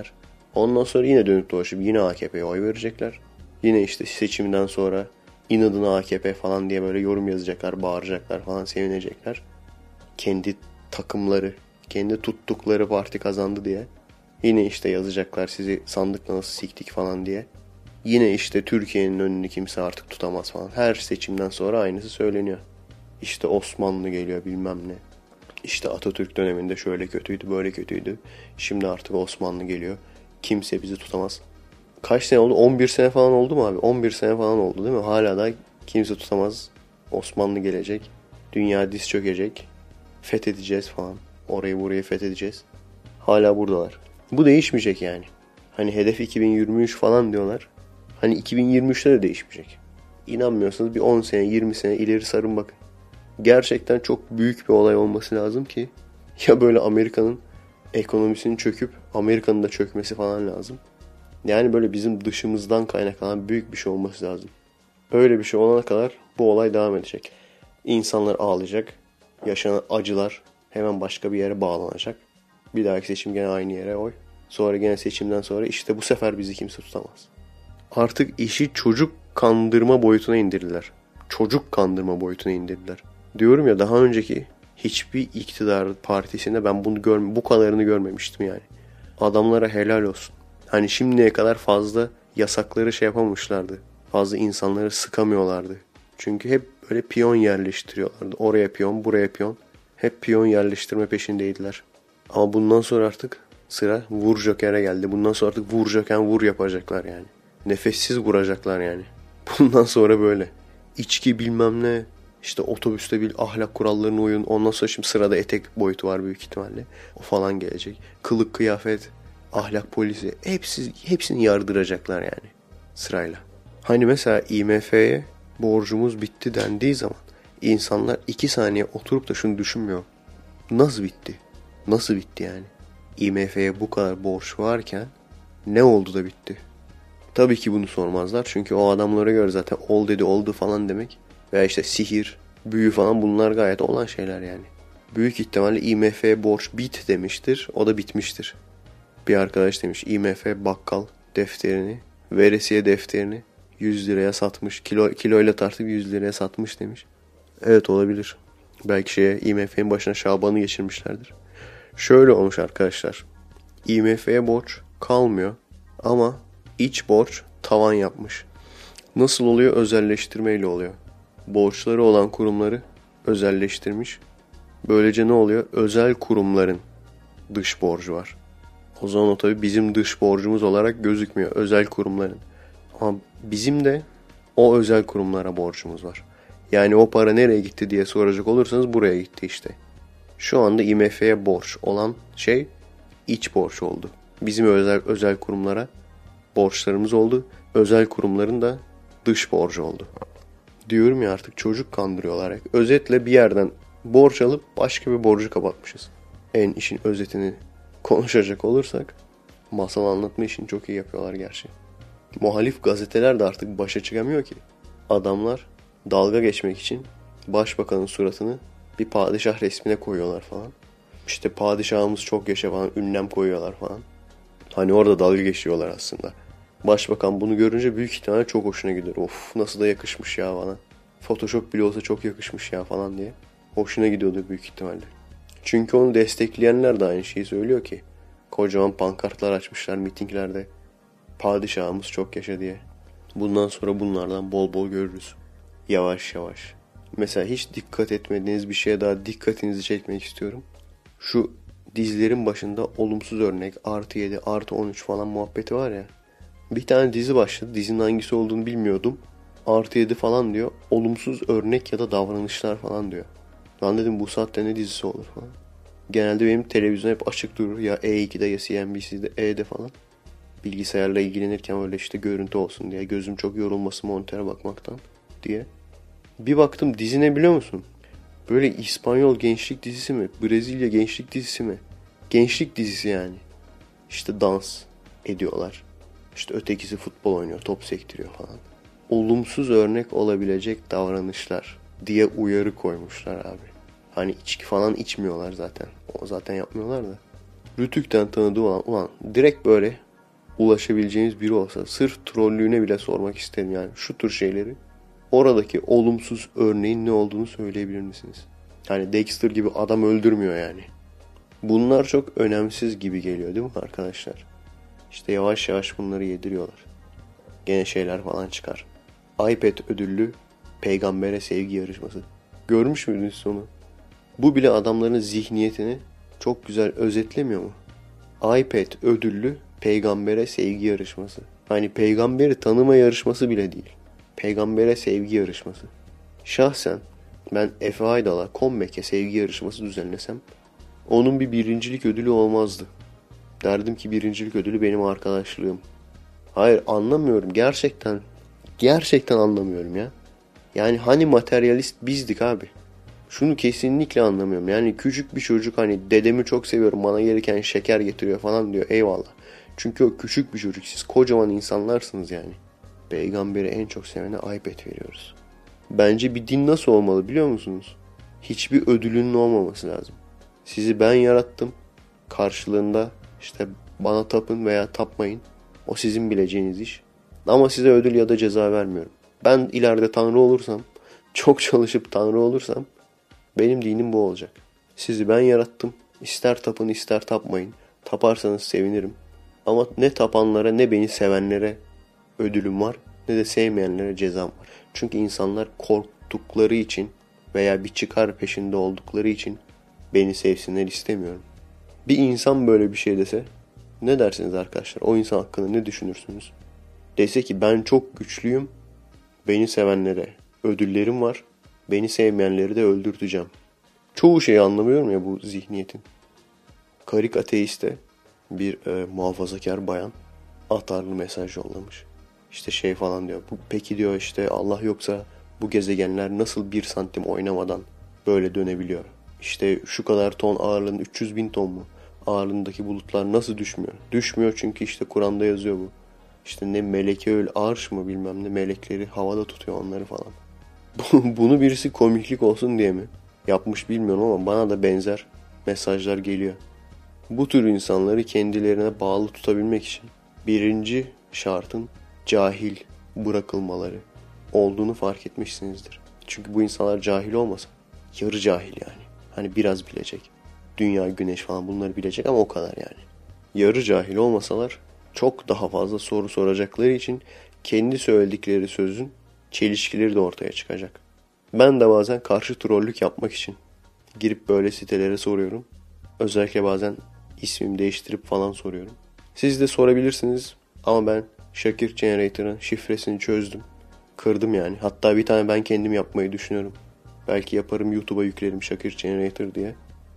Ondan sonra yine dönüp dolaşıp yine AKP'ye oy verecekler. Yine işte seçimden sonra inadına AKP falan diye böyle yorum yazacaklar, bağıracaklar falan, sevinecekler. Kendi takımları, kendi tuttukları parti kazandı diye. Yine işte yazacaklar sizi sandıkla nasıl siktik falan diye. Yine işte Türkiye'nin önünü kimse artık tutamaz falan. Her seçimden sonra aynısı söyleniyor. İşte Osmanlı geliyor bilmem ne. İşte Atatürk döneminde şöyle kötüydü, böyle kötüydü. Şimdi artık Osmanlı geliyor. Kimse bizi tutamaz. Kaç sene oldu? 11 sene falan oldu mu abi? 11 sene falan oldu değil mi? Hala da kimse tutamaz. Osmanlı gelecek. Dünya diz çökecek. Fethedeceğiz falan. Orayı burayı fethedeceğiz. Hala buradalar. Bu değişmeyecek yani. Hani hedef 2023 falan diyorlar. Hani 2023'te de değişmeyecek. İnanmıyorsanız bir 10 sene 20 sene ileri sarın bakın. Gerçekten çok büyük bir olay olması lazım ki ya böyle Amerika'nın ekonomisinin çöküp Amerika'nın da çökmesi falan lazım. Yani böyle bizim dışımızdan kaynaklanan büyük bir şey olması lazım. Öyle bir şey olana kadar bu olay devam edecek. İnsanlar ağlayacak. Yaşanan acılar hemen başka bir yere bağlanacak. Bir dahaki seçim gene aynı yere oy. Sonra gene seçimden sonra işte bu sefer bizi kimse tutamaz. Artık işi çocuk kandırma boyutuna indirdiler. Çocuk kandırma boyutuna indirdiler. Diyorum ya, daha önceki hiçbir iktidar partisinde ben bunu bu kadarını görmemiştim yani. Adamlara helal olsun. Hani şimdiye kadar fazla yasakları şey yapamamışlardı. Fazla insanları sıkamıyorlardı. Çünkü hep böyle piyon yerleştiriyorlardı. Oraya piyon, buraya piyon. Hep piyon yerleştirme peşindeydiler. Ama bundan sonra artık sıra vur Joker'e geldi. Bundan sonra artık vur Joker vur yapacaklar yani. Nefessiz vuracaklar yani. Bundan sonra böyle. İçki bilmem ne. İşte otobüste bir ahlak kurallarına uyun. Ondan sonra şimdi sırada etek boyutu var büyük ihtimalle. O falan gelecek. Kılık kıyafet, ahlak polisi. Hepsini yardıracaklar yani. Sırayla. Hani mesela IMF'ye borcumuz bitti dendiği zaman insanlar 2 saniye oturup da şunu düşünmüyor. Nasıl bitti? Nasıl bitti yani? IMF'ye bu kadar borç varken ne oldu da bitti? Tabii ki bunu sormazlar. Çünkü o adamlara göre zaten ol dedi oldu falan demek. Veya işte sihir, büyü falan, bunlar gayet olan şeyler yani. Büyük ihtimalle IMF borç bit demiştir. O da bitmiştir. Bir arkadaş demiş IMF bakkal defterini, veresiye defterini 100 liraya satmış. Kiloyla tartıp 100 liraya satmış demiş. Evet, olabilir. Belki IMF'nin başına Şaban'ı geçirmişlerdir. Şöyle olmuş arkadaşlar. IMF'ye borç kalmıyor ama iç borç tavan yapmış. Nasıl oluyor? Özelleştirmeyle oluyor. Borçları olan kurumları özelleştirmiş. Böylece ne oluyor? Özel kurumların dış borcu var. O zaman o tabii bizim dış borcumuz olarak gözükmüyor. Özel kurumların. Ama bizim de o özel kurumlara borcumuz var. Yani o para nereye gitti diye soracak olursanız buraya gitti işte. Şu anda IMF'ye borç olan şey iç borç oldu. Bizim özel kurumlara borçlarımız oldu. Özel kurumların da dış borcu oldu. Diyorum ya, artık çocuk kandırıyorlar. Özetle bir yerden borç alıp başka bir borcu kapatmışız. En işin özetini konuşacak olursak masal anlatma işini çok iyi yapıyorlar gerçi. Muhalif gazeteler de artık başa çıkamıyor ki. Adamlar dalga geçmek için başbakanın suratını bir padişah resmine koyuyorlar falan. İşte padişahımız çok yaşa falan ünlem koyuyorlar falan. Hani orada dalga geçiyorlar aslında. Başbakan bunu görünce büyük ihtimalle çok hoşuna gidiyor. Of, nasıl da yakışmış ya bana. Photoshop bile olsa çok yakışmış ya falan diye. Hoşuna gidiyordu büyük ihtimalle. Çünkü onu destekleyenler de aynı şeyi söylüyor ki. Kocaman pankartlar açmışlar mitinglerde. Padişahımız çok yaşa diye. Bundan sonra bunlardan bol bol görürüz. Yavaş yavaş. Mesela hiç dikkat etmediğiniz bir şeye daha dikkatinizi çekmek istiyorum. Şu dizilerin başında olumsuz örnek artı 7 artı 13 falan muhabbeti var ya. Bir tane dizi başladı. Dizinin hangisi olduğunu bilmiyordum. Artı 7 falan diyor. Olumsuz örnek ya da davranışlar falan diyor. Lan dedim, bu saatte ne dizisi olur falan. Genelde benim televizyon hep açık durur. Ya E2'de ya CNBC'de E'de falan. Bilgisayarla ilgilenirken öyle işte görüntü olsun diye. Gözüm çok yorulmasın monitöre bakmaktan diye. Bir baktım, dizi ne biliyor musun? Böyle İspanyol gençlik dizisi mi? Brezilya gençlik dizisi mi? Gençlik dizisi yani. İşte dans ediyorlar. İşte ötekisi futbol oynuyor, top sektiriyor falan. Olumsuz örnek olabilecek davranışlar diye uyarı koymuşlar abi. Hani içki falan içmiyorlar zaten. O zaten yapmıyorlar da. Rütük'ten tanıdığı olan direkt böyle ulaşabileceğiniz biri olsa sırf trollüğüne bile sormak isterim yani şu tür şeyleri. Oradaki olumsuz örneğin ne olduğunu söyleyebilir misiniz? Yani Dexter gibi adam öldürmüyor yani. Bunlar çok önemsiz gibi geliyor değil mi arkadaşlar? İşte yavaş yavaş bunları yediriyorlar. Gene şeyler falan çıkar. iPad ödüllü peygambere sevgi yarışması. Görmüş müydünüz sonu? Bu bile adamların zihniyetini çok güzel özetlemiyor mu? iPad ödüllü peygambere sevgi yarışması. Hani peygamberi tanıma yarışması bile değil. Peygambere sevgi yarışması. Şahsen ben Efe Aydal'a Comeback'e sevgi yarışması düzenlesem onun bir birincilik ödülü olmazdı. Derdim ki birincilik ödülü benim arkadaşlığım. Hayır anlamıyorum gerçekten. Gerçekten anlamıyorum ya. Yani hani materyalist bizdik abi. Şunu kesinlikle anlamıyorum. Yani küçük bir çocuk hani dedemi çok seviyorum bana gereken şeker getiriyor falan diyor. Eyvallah. Çünkü o küçük bir çocuk. Siz kocaman insanlarsınız yani. Peygamberi en çok sevene iPad veriyoruz. Bence bir din nasıl olmalı biliyor musunuz? Hiçbir ödülünün olmaması lazım. Sizi ben yarattım. Karşılığında işte bana tapın veya tapmayın. O sizin bileceğiniz iş. Ama size ödül ya da ceza vermiyorum. Ben ileride Tanrı olursam, çok çalışıp Tanrı olursam benim dinim bu olacak. Sizi ben yarattım. İster tapın ister tapmayın. Taparsanız sevinirim. Ama ne tapanlara ne beni sevenlere ödülüm var ne de sevmeyenlere cezam var. Çünkü insanlar korktukları için veya bir çıkar peşinde oldukları için beni sevsinler istemiyorum. Bir insan böyle bir şey dese ne dersiniz arkadaşlar? O insan hakkında ne düşünürsünüz? Dese ki ben çok güçlüyüm. Beni sevenlere ödüllerim var. Beni sevmeyenleri de öldürteceğim. Çoğu şeyi anlamıyorum ya bu zihniyetin. Karik ateiste bir muhafazakar bayan atarlı mesaj yollamış. İşte şey falan diyor. Peki diyor işte Allah yoksa bu gezegenler nasıl 1 santim oynamadan böyle dönebiliyor? İşte şu kadar ton ağırlığın 300 bin ton mu? Ağırlığındaki bulutlar nasıl düşmüyor? Düşmüyor çünkü işte Kur'an'da yazıyor bu. İşte ne melekeül arş mı bilmem ne melekleri havada tutuyor onları falan. Bunu birisi komiklik olsun diye mi yapmış bilmiyorum ama bana da benzer mesajlar geliyor. Bu tür insanları kendilerine bağlı tutabilmek için birinci şartın cahil bırakılmaları olduğunu fark etmişsinizdir. Çünkü bu insanlar cahil olmasa yarı cahil yani. Hani biraz bilecek. Dünya, güneş falan bunları bilecek ama o kadar yani. Yarı cahil olmasalar çok daha fazla soru soracakları için kendi söyledikleri sözün çelişkileri de ortaya çıkacak. Ben de bazen karşı trollük yapmak için girip böyle sitelere soruyorum. Özellikle bazen ismimi değiştirip falan soruyorum. Siz de sorabilirsiniz ama ben Shakir Generator'ın şifresini çözdüm. Kırdım yani. Hatta bir tane ben kendim yapmayı düşünüyorum. Belki yaparım YouTube'a yüklerim Shakir Generator diye.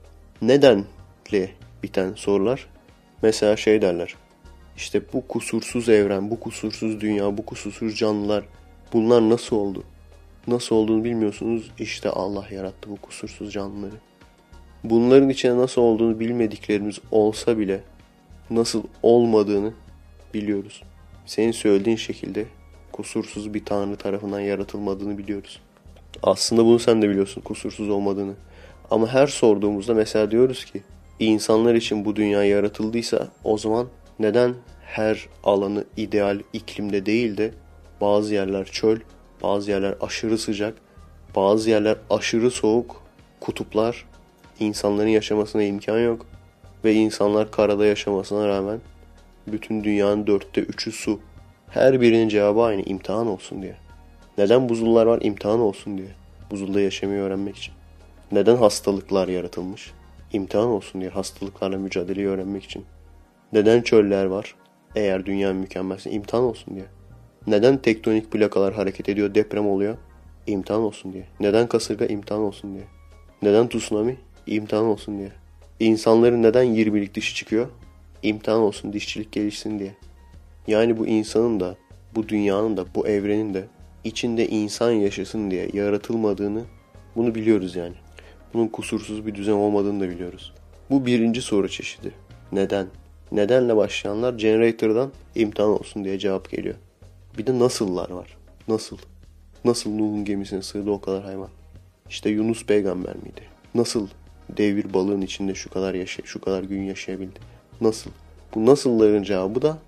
Nedenle biten sorular. Mesela şey derler. İşte bu kusursuz evren, bu kusursuz dünya, bu kusursuz canlılar bunlar nasıl oldu? Nasıl olduğunu bilmiyorsunuz. İşte Allah yarattı bu kusursuz canlıları. Bunların içine nasıl olduğunu bilmediklerimiz olsa bile nasıl olmadığını biliyoruz. Senin söylediğin şekilde kusursuz bir tanrı tarafından yaratılmadığını biliyoruz. Aslında bunu sen de biliyorsun kusursuz olmadığını. Ama her sorduğumuzda mesela diyoruz ki insanlar için bu dünya yaratıldıysa o zaman neden her alanı ideal iklimde değil de bazı yerler çöl, bazı yerler aşırı sıcak, bazı yerler aşırı soğuk, kutuplar, insanların yaşamasına imkan yok ve insanlar karada yaşamasına rağmen bütün dünyanın 3/4'ü su. Her birinin cevabı aynı imtihan olsun diye. Neden buzullar var? İmtihan olsun diye. Buzulda yaşamayı öğrenmek için. Neden hastalıklar yaratılmış? İmtihan olsun diye hastalıklarla mücadeleyi öğrenmek için. Neden çöller var? Eğer dünya mükemmelse imtihan olsun diye. Neden tektonik plakalar hareket ediyor, deprem oluyor? İmtihan olsun diye. Neden kasırga? İmtihan olsun diye. Neden tsunami? İmtihan olsun diye. İnsanların neden 20'lik dişi çıkıyor? İmtihan olsun, dişçilik gelişsin diye. Yani bu insanın da, bu dünyanın da, bu evrenin de içinde insan yaşasın diye yaratılmadığını bunu biliyoruz yani. Bunun kusursuz bir düzen olmadığını da biliyoruz. Bu birinci soru çeşidi. Neden? Nedenle başlayanlar generator'dan imtihan olsun diye cevap geliyor. Bir de nasıllar var. Nasıl? Nasıl Nuh'un gemisine sığdı o kadar hayvan? İşte Yunus peygamber miydi? Nasıl dev bir balığın içinde şu kadar gün yaşayabildi? Nasıl? Bu nasılların cevabı da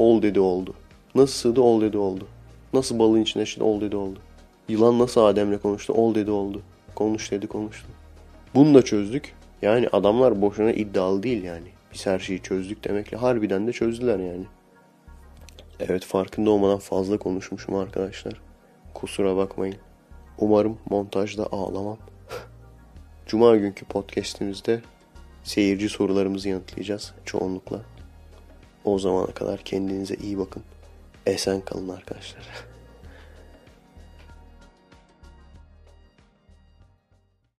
Ol dedi oldu. Nasıl sığdı? Ol dedi oldu. Nasıl balığın içine şimdi? Ol dedi oldu. Yılan nasıl Adem'le konuştu? Ol dedi oldu. Konuş dedi konuştu. Bunu da çözdük. Yani adamlar boşuna iddialı değil yani. Biz her şeyi çözdük demekle harbiden de çözdüler yani. Evet, farkında olmadan fazla konuşmuşum arkadaşlar. Kusura bakmayın. Umarım montajda ağlamam. Cuma günkü podcastimizde seyirci sorularımızı yanıtlayacağız çoğunlukla. O zamana kadar kendinize iyi bakın. Esen kalın arkadaşlar.